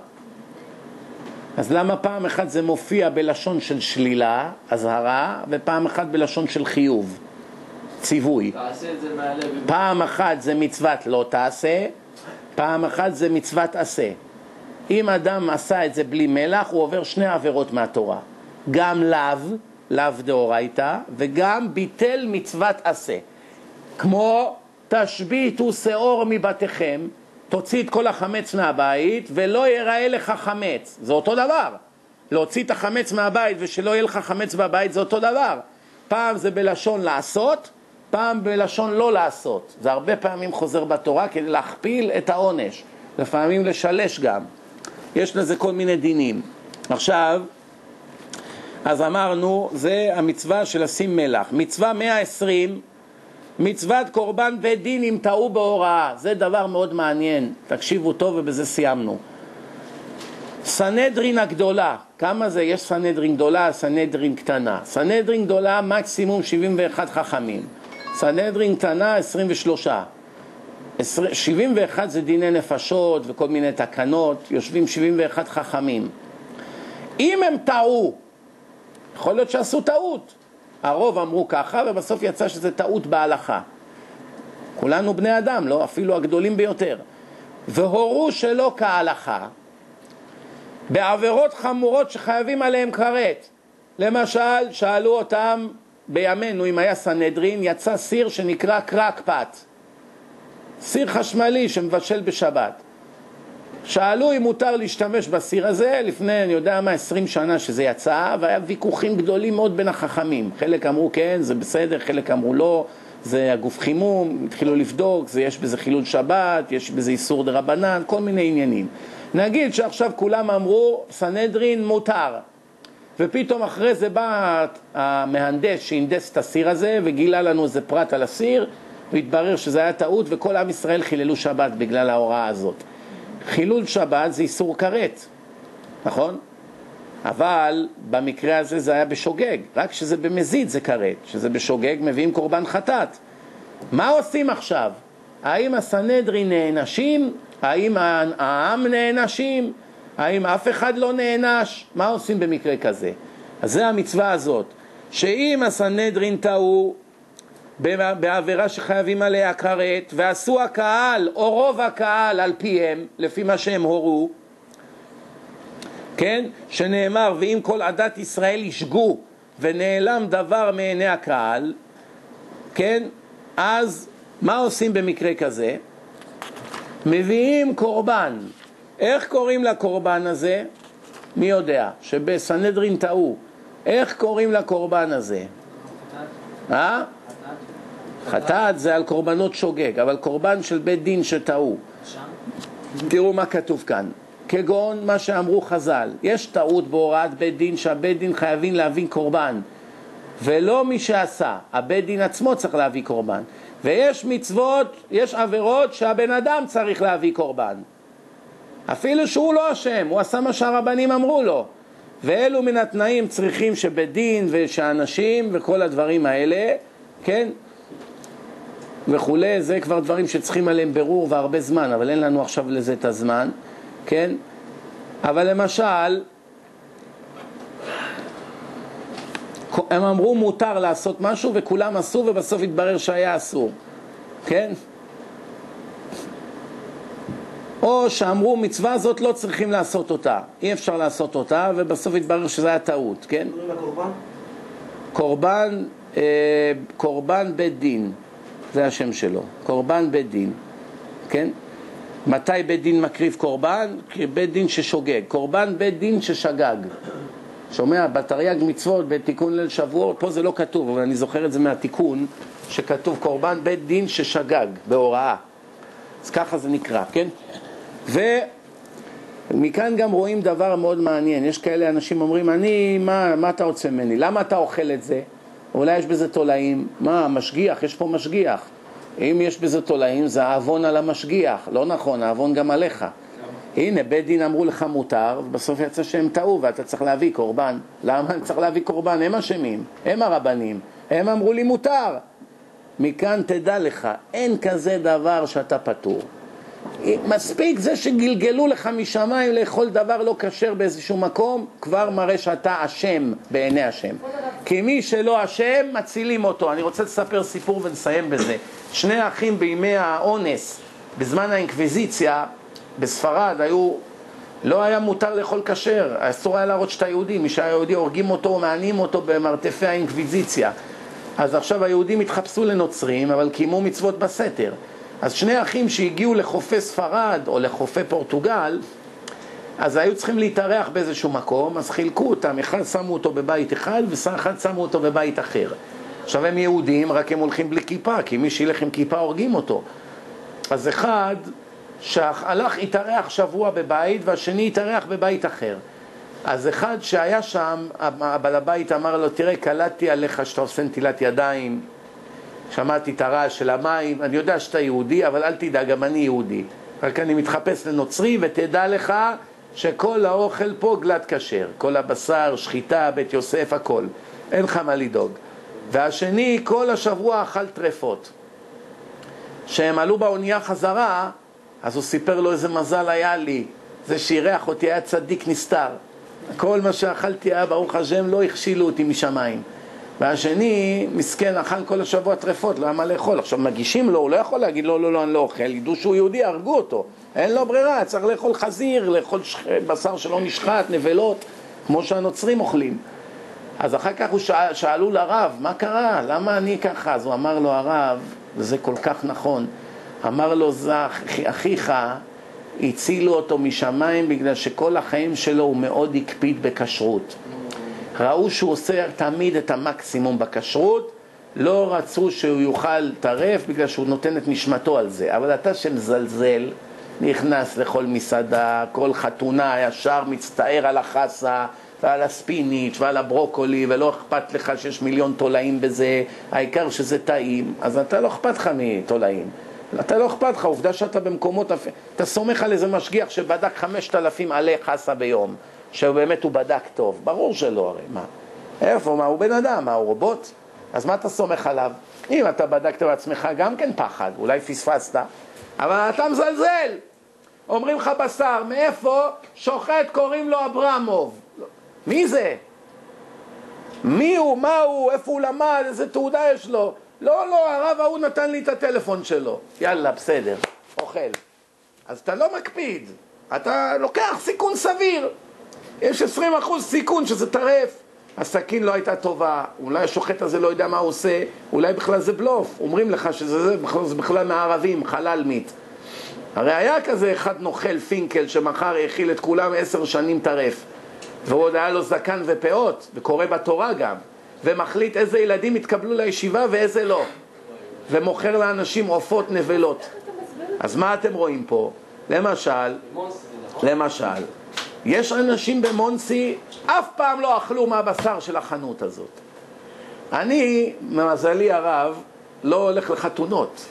אז למה פעם אחת זה מופיע בלשון של שלילה, הזהרה, ופעם אחת בלשון של חיוב, ציווי? תעשה את זה מהלב. פעם אחת זה מצוות לא תעשה, פעם אחת זה מצוות עשה. אם אדם עשה את זה בלי מלח, הוא עובר שני עבירות מהתורה. גם לאו, לאו דאורייתא, וגם ביטל מצוות עשה. כמו תשביתו שאור מבתיכם, תוציא את כל החמץ מהבית ולא ייראה לך חמץ. זה אותו דבר. להוציא את החמץ מהבית ושלא יהיה לך חמץ בבית זה אותו דבר. פעם זה בלשון לעשות, פעם בלשון לא לעשות. זה הרבה פעמים חוזר בתורה כדי להכפיל את העונש. לפעמים לשלש גם. יש לזה כל מיני דינים. עכשיו, אז אמרנו, זה המצווה של לשים מלח. מצווה מאה ועשרים, מצוות קורבן בית דין אם טעו בהוראה. זה דבר מאוד מעניין, תקשיבו טוב ובזה סיימנו. סנהדרין הגדולה, כמה זה? יש סנהדרין גדולה, סנהדרין קטנה. סנהדרין גדולה מקסימום שבעים ואחד חכמים, סנהדרין קטנה עשרים ושלוש. שבעים ואחד זה דיני נפשות וכל מיני תקנות, יושבים שבעים ואחד חכמים. אם הם טעו, יכול להיות שעשו טעות, הרוב אמרו ככה ובסוף יצא שזה טעות בהלכה. כולנו בני אדם, לא? אפילו הגדולים ביותר. והורו שלא כהלכה, בעבירות חמורות שחייבים עליהם כרת. למשל, שאלו אותם בימינו, אם היה סנהדרין, יצא סיר שנקרא קרקפת, סיר חשמלי שמבשל בשבת. שאלו אם מותר להשתמש בסיר הזה, לפני אני יודע מה עשרים שנה שזה יצא, והיה ויכוחים גדולים מאוד בין החכמים. חלק אמרו כן, זה בסדר, חלק אמרו לא, זה הגוף חימום, התחילו לבדוק, זה יש בזה חילול שבת, יש בזה איסור דרבנן, כל מיני עניינים. נגיד שעכשיו כולם אמרו סנהדרין מותר, ופתאום אחרי זה בא המהנדס שהנדס את הסיר הזה וגילה לנו איזה פרט על הסיר, והתברר שזה היה טעות וכל עם ישראל חיללו שבת בגלל ההוראה הזאת. חילול שבת זה איסור כרת, נכון? אבל במקרה הזה זה היה בשוגג, רק שזה במזיד זה כרת, שזה בשוגג מביאים קורבן חטאת. מה עושים עכשיו? האם הסנהדרין נענשים? האם העם נענשים? האם אף אחד לא נענש? מה עושים במקרה כזה? אז זה המצווה הזאת, שאם הסנהדרין טעו בעבירה שחייבים עליה כרת, ועשו הקהל או רוב הקהל על פיהם, לפי מה שהם הורו, כן? שנאמר, ואם כל עדת ישראל ישגו ונעלם דבר מעיני הקהל, כן? אז מה עושים במקרה כזה? מביאים קורבן. איך קוראים לקורבן הזה? מי יודע? שבסנהדרין טעו. איך קוראים לקורבן הזה? אה? חטאת זה על קורבנות שוגג, אבל קורבן של בית דין שטעו. תראו מה כתוב כאן. כגון מה שאמרו חז"ל, יש טעות בהוראת בית דין שהבית דין חייבים להביא קורבן, ולא מי שעשה, הבית דין עצמו צריך להביא קורבן. ויש מצוות, יש עבירות שהבן אדם צריך להביא קורבן, אפילו שהוא לא אשם, הוא עשה מה שהרבנים אמרו לו. ואלו מן התנאים צריכים שבית דין ושאנשים וכל הדברים האלה, כן, וכולי, זה כבר דברים שצריכים עליהם ברור והרבה זמן, אבל אין לנו עכשיו לזה את הזמן, כן? אבל למשל, הם אמרו מותר לעשות משהו וכולם עשו ובסוף התברר שהיה אסור, כן? או שאמרו מצווה הזאת לא צריכים לעשות אותה, אי אפשר לעשות אותה ובסוף התברר שזה היה טעות, כן? קורבן? קורבן, אה, קורבן בית דין, זה השם שלו, קורבן בית דין, כן? מתי בית דין מקריב קורבן? בית דין ששוגג, קורבן בית דין ששגג. שומע, בתרי"ג מצוות, בתיקון ליל שבועות, פה זה לא כתוב, אבל אני זוכר את זה מהתיקון, שכתוב קורבן בית דין ששגג, בהוראה. אז ככה זה נקרא, כן? ומכאן גם רואים דבר מאוד מעניין. יש כאלה אנשים אומרים, אני, מה, מה אתה רוצה ממני? למה אתה אוכל את זה? אולי יש בזה תולעים. מה, משגיח? יש פה משגיח. אם יש בזה תולעים, זה האבון על המשגיח. לא נכון, האבון גם עליך. הנה, בית דין אמרו לך מותר, ובסוף יצא שהם טעו, ואתה צריך להביא קורבן. למה אני צריך להביא קורבן? הם אשמים, הם הרבנים. הם אמרו לי מותר. מכאן תדע לך, אין כזה דבר שאתה פטור. מספיק זה שגלגלו לך משמיים לאכול דבר לא כשר באיזשהו מקום, כבר מראה שאתה אשם בעיני השם. כי מי שלא אשם, מצילים אותו. אני רוצה לספר סיפור ונסיים בזה. שני אחים בימי האונס, בזמן האינקוויזיציה, בספרד היו, לא היה מותר לאכול כשר, אסור היה להראות שאתה יהודי, מי שהיה יהודי הורגים אותו ומענים אותו במרתפי האינקוויזיציה. אז עכשיו היהודים התחפשו לנוצרים, אבל קיימו מצוות בסתר. אז שני אחים שהגיעו לחופי ספרד או לחופי פורטוגל, אז היו צריכים להתארח באיזשהו מקום, אז חילקו אותם, אחד שמו אותו בבית אחד ואחד שמו אותו בבית אחר. עכשיו הם יהודים, רק הם הולכים בלי כיפה, כי מי שילך עם כיפה הורגים אותו. אז אחד שהלך התארח שבוע בבית והשני התארח בבית אחר. אז אחד שהיה שם, הבעל הבית אמר לו, תראה, קלטתי עליך שאתה עושה נטילת ידיים, שמעתי את הרעש של המים, אני יודע שאתה יהודי, אבל אל תדאג, גם אני יהודי. רק אני מתחפש לנוצרי, ותדע לך שכל האוכל פה גלת כשר. כל הבשר, שחיטה, בית יוסף, הכל. אין לך מה לדאוג. והשני, כל השבוע אכל טרפות. שהם עלו באונייה חזרה, אז הוא סיפר לו איזה מזל היה לי. זה שירח אותי, היה צדיק נסתר. כל מה שאכלתי היה, ברוך השם, לא הכשילו אותי משמיים. והשני, מסכן, אכל כל השבוע טרפות, לא היה מה לאכול. עכשיו מגישים לו, הוא לא יכול להגיד, לא, לא, לא, אני לא אוכל. ידעו שהוא יהודי, הרגו אותו. אין לו ברירה, צריך לאכול חזיר, לאכול שח... בשר שלא נשחט, נבלות, כמו שהנוצרים אוכלים. אז אחר כך הוא שאל, שאלו לרב, מה קרה? למה אני ככה? אז הוא אמר לו, הרב, וזה כל כך נכון, אמר לו, זה אחיך, הצילו אותו משמיים בגלל שכל החיים שלו הוא מאוד הקפיד בכשרות. ראו שהוא עושה תמיד את המקסימום בכשרות, לא רצו שהוא יוכל טרף בגלל שהוא נותן את נשמתו על זה. אבל אתה שמזלזל, נכנס לכל מסעדה, כל חתונה ישר מצטער על החסה ועל הספיניץ' ועל הברוקולי, ולא אכפת לך שיש מיליון תולעים בזה, העיקר שזה טעים, אז אתה לא אכפת לך מתולעים. אתה לא אכפת לך, עובדה שאתה במקומות, אתה סומך על איזה משגיח שבדק חמשת אלפים עלי חסה ביום, שבאמת הוא בדק טוב, ברור שלא הרי, מה? איפה, מה, הוא בן אדם, מה, הוא רובוט? אז מה אתה סומך עליו? אם אתה בדקת בעצמך גם כן פחד, אולי פספסת, אבל אתה מזלזל. אומרים לך בשר, מאיפה? שוחט קוראים לו אברמוב. מי זה? מי הוא? מה הוא? איפה הוא למד? איזה תעודה יש לו? לא, לא, הרב ההוא נתן לי את הטלפון שלו. יאללה, בסדר, אוכל. אז אתה לא מקפיד, אתה לוקח סיכון סביר. יש עשרים אחוז סיכון שזה טרף. הסכין לא הייתה טובה, אולי השוחט הזה לא יודע מה הוא עושה, אולי בכלל זה בלוף. אומרים לך שזה זה, בכלל, זה בכלל מערבים, חלל מת. הרי היה כזה אחד נוכל פינקל שמחר האכיל את כולם עשר שנים טרף. והוא עוד היה לו זקן ופאות, וקורא בתורה גם. ומחליט איזה ילדים יתקבלו לישיבה ואיזה לא. ומוכר לאנשים עופות נבלות. אז מה אתם רואים פה? למשל, למשל, יש אנשים במונסי, אף פעם לא אכלו מהבשר של החנות הזאת. אני, ממזלי הרב, לא הולך לחתונות,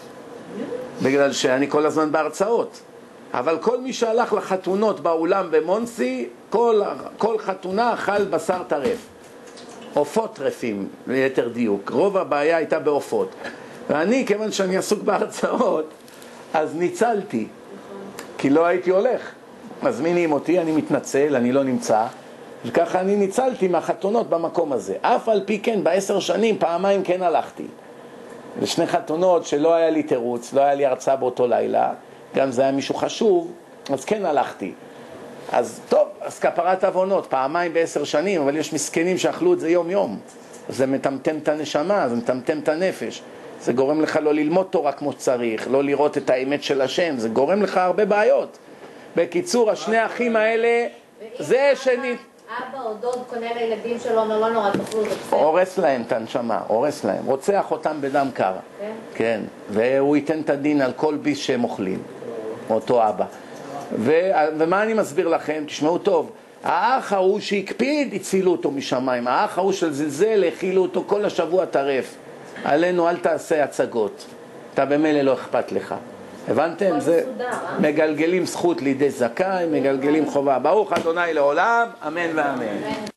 בגלל שאני כל הזמן בהרצאות. אבל כל מי שהלך לחתונות באולם במונסי, כל, כל חתונה אכל בשר טרף. עופות טרפים, ליתר דיוק. רוב הבעיה הייתה בעופות. ואני, כיוון שאני עסוק בהרצאות, אז ניצלתי. כי לא הייתי הולך. מזמינים אותי, אני מתנצל, אני לא נמצא. וככה אני ניצלתי מהחתונות במקום הזה. אף על פי כן, בעשר שנים, פעמיים כן הלכתי. לשני חתונות שלא היה לי תירוץ, לא היה לי הרצאה באותו לילה. גם זה היה מישהו חשוב, אז כן הלכתי. אז טוב, אז כפרת עוונות, פעמיים בעשר שנים, אבל יש מסכנים שאכלו את זה יום יום. זה מטמטם את הנשמה, זה מטמטם את הנפש. זה גורם לך לא ללמוד תורה כמו שצריך, לא לראות את האמת של השם, זה גורם לך הרבה בעיות. בקיצור, השני האחים האלה, זה שני... אבא או דוד קונה לילדים שלו, אומר לא נורא, תאכלו, זה בסדר. הורס להם את הנשמה, הורס להם. רוצח אותם בדם קר. כן? כן, והוא ייתן את הדין על כל ביס שהם אוכלים. אותו אבא. ו... ומה אני מסביר לכם? תשמעו טוב. האח ההוא שהקפיד, הצילו אותו משמיים. האח ההוא של זלזל, הכילו אותו כל השבוע טרף. עלינו, אל תעשה הצגות. אתה במילא לא אכפת לך. הבנתם? זה מגלגלים זכות לידי זכאי, מגלגלים חובה. ברוך אדוני לעולם, אמן ואמן.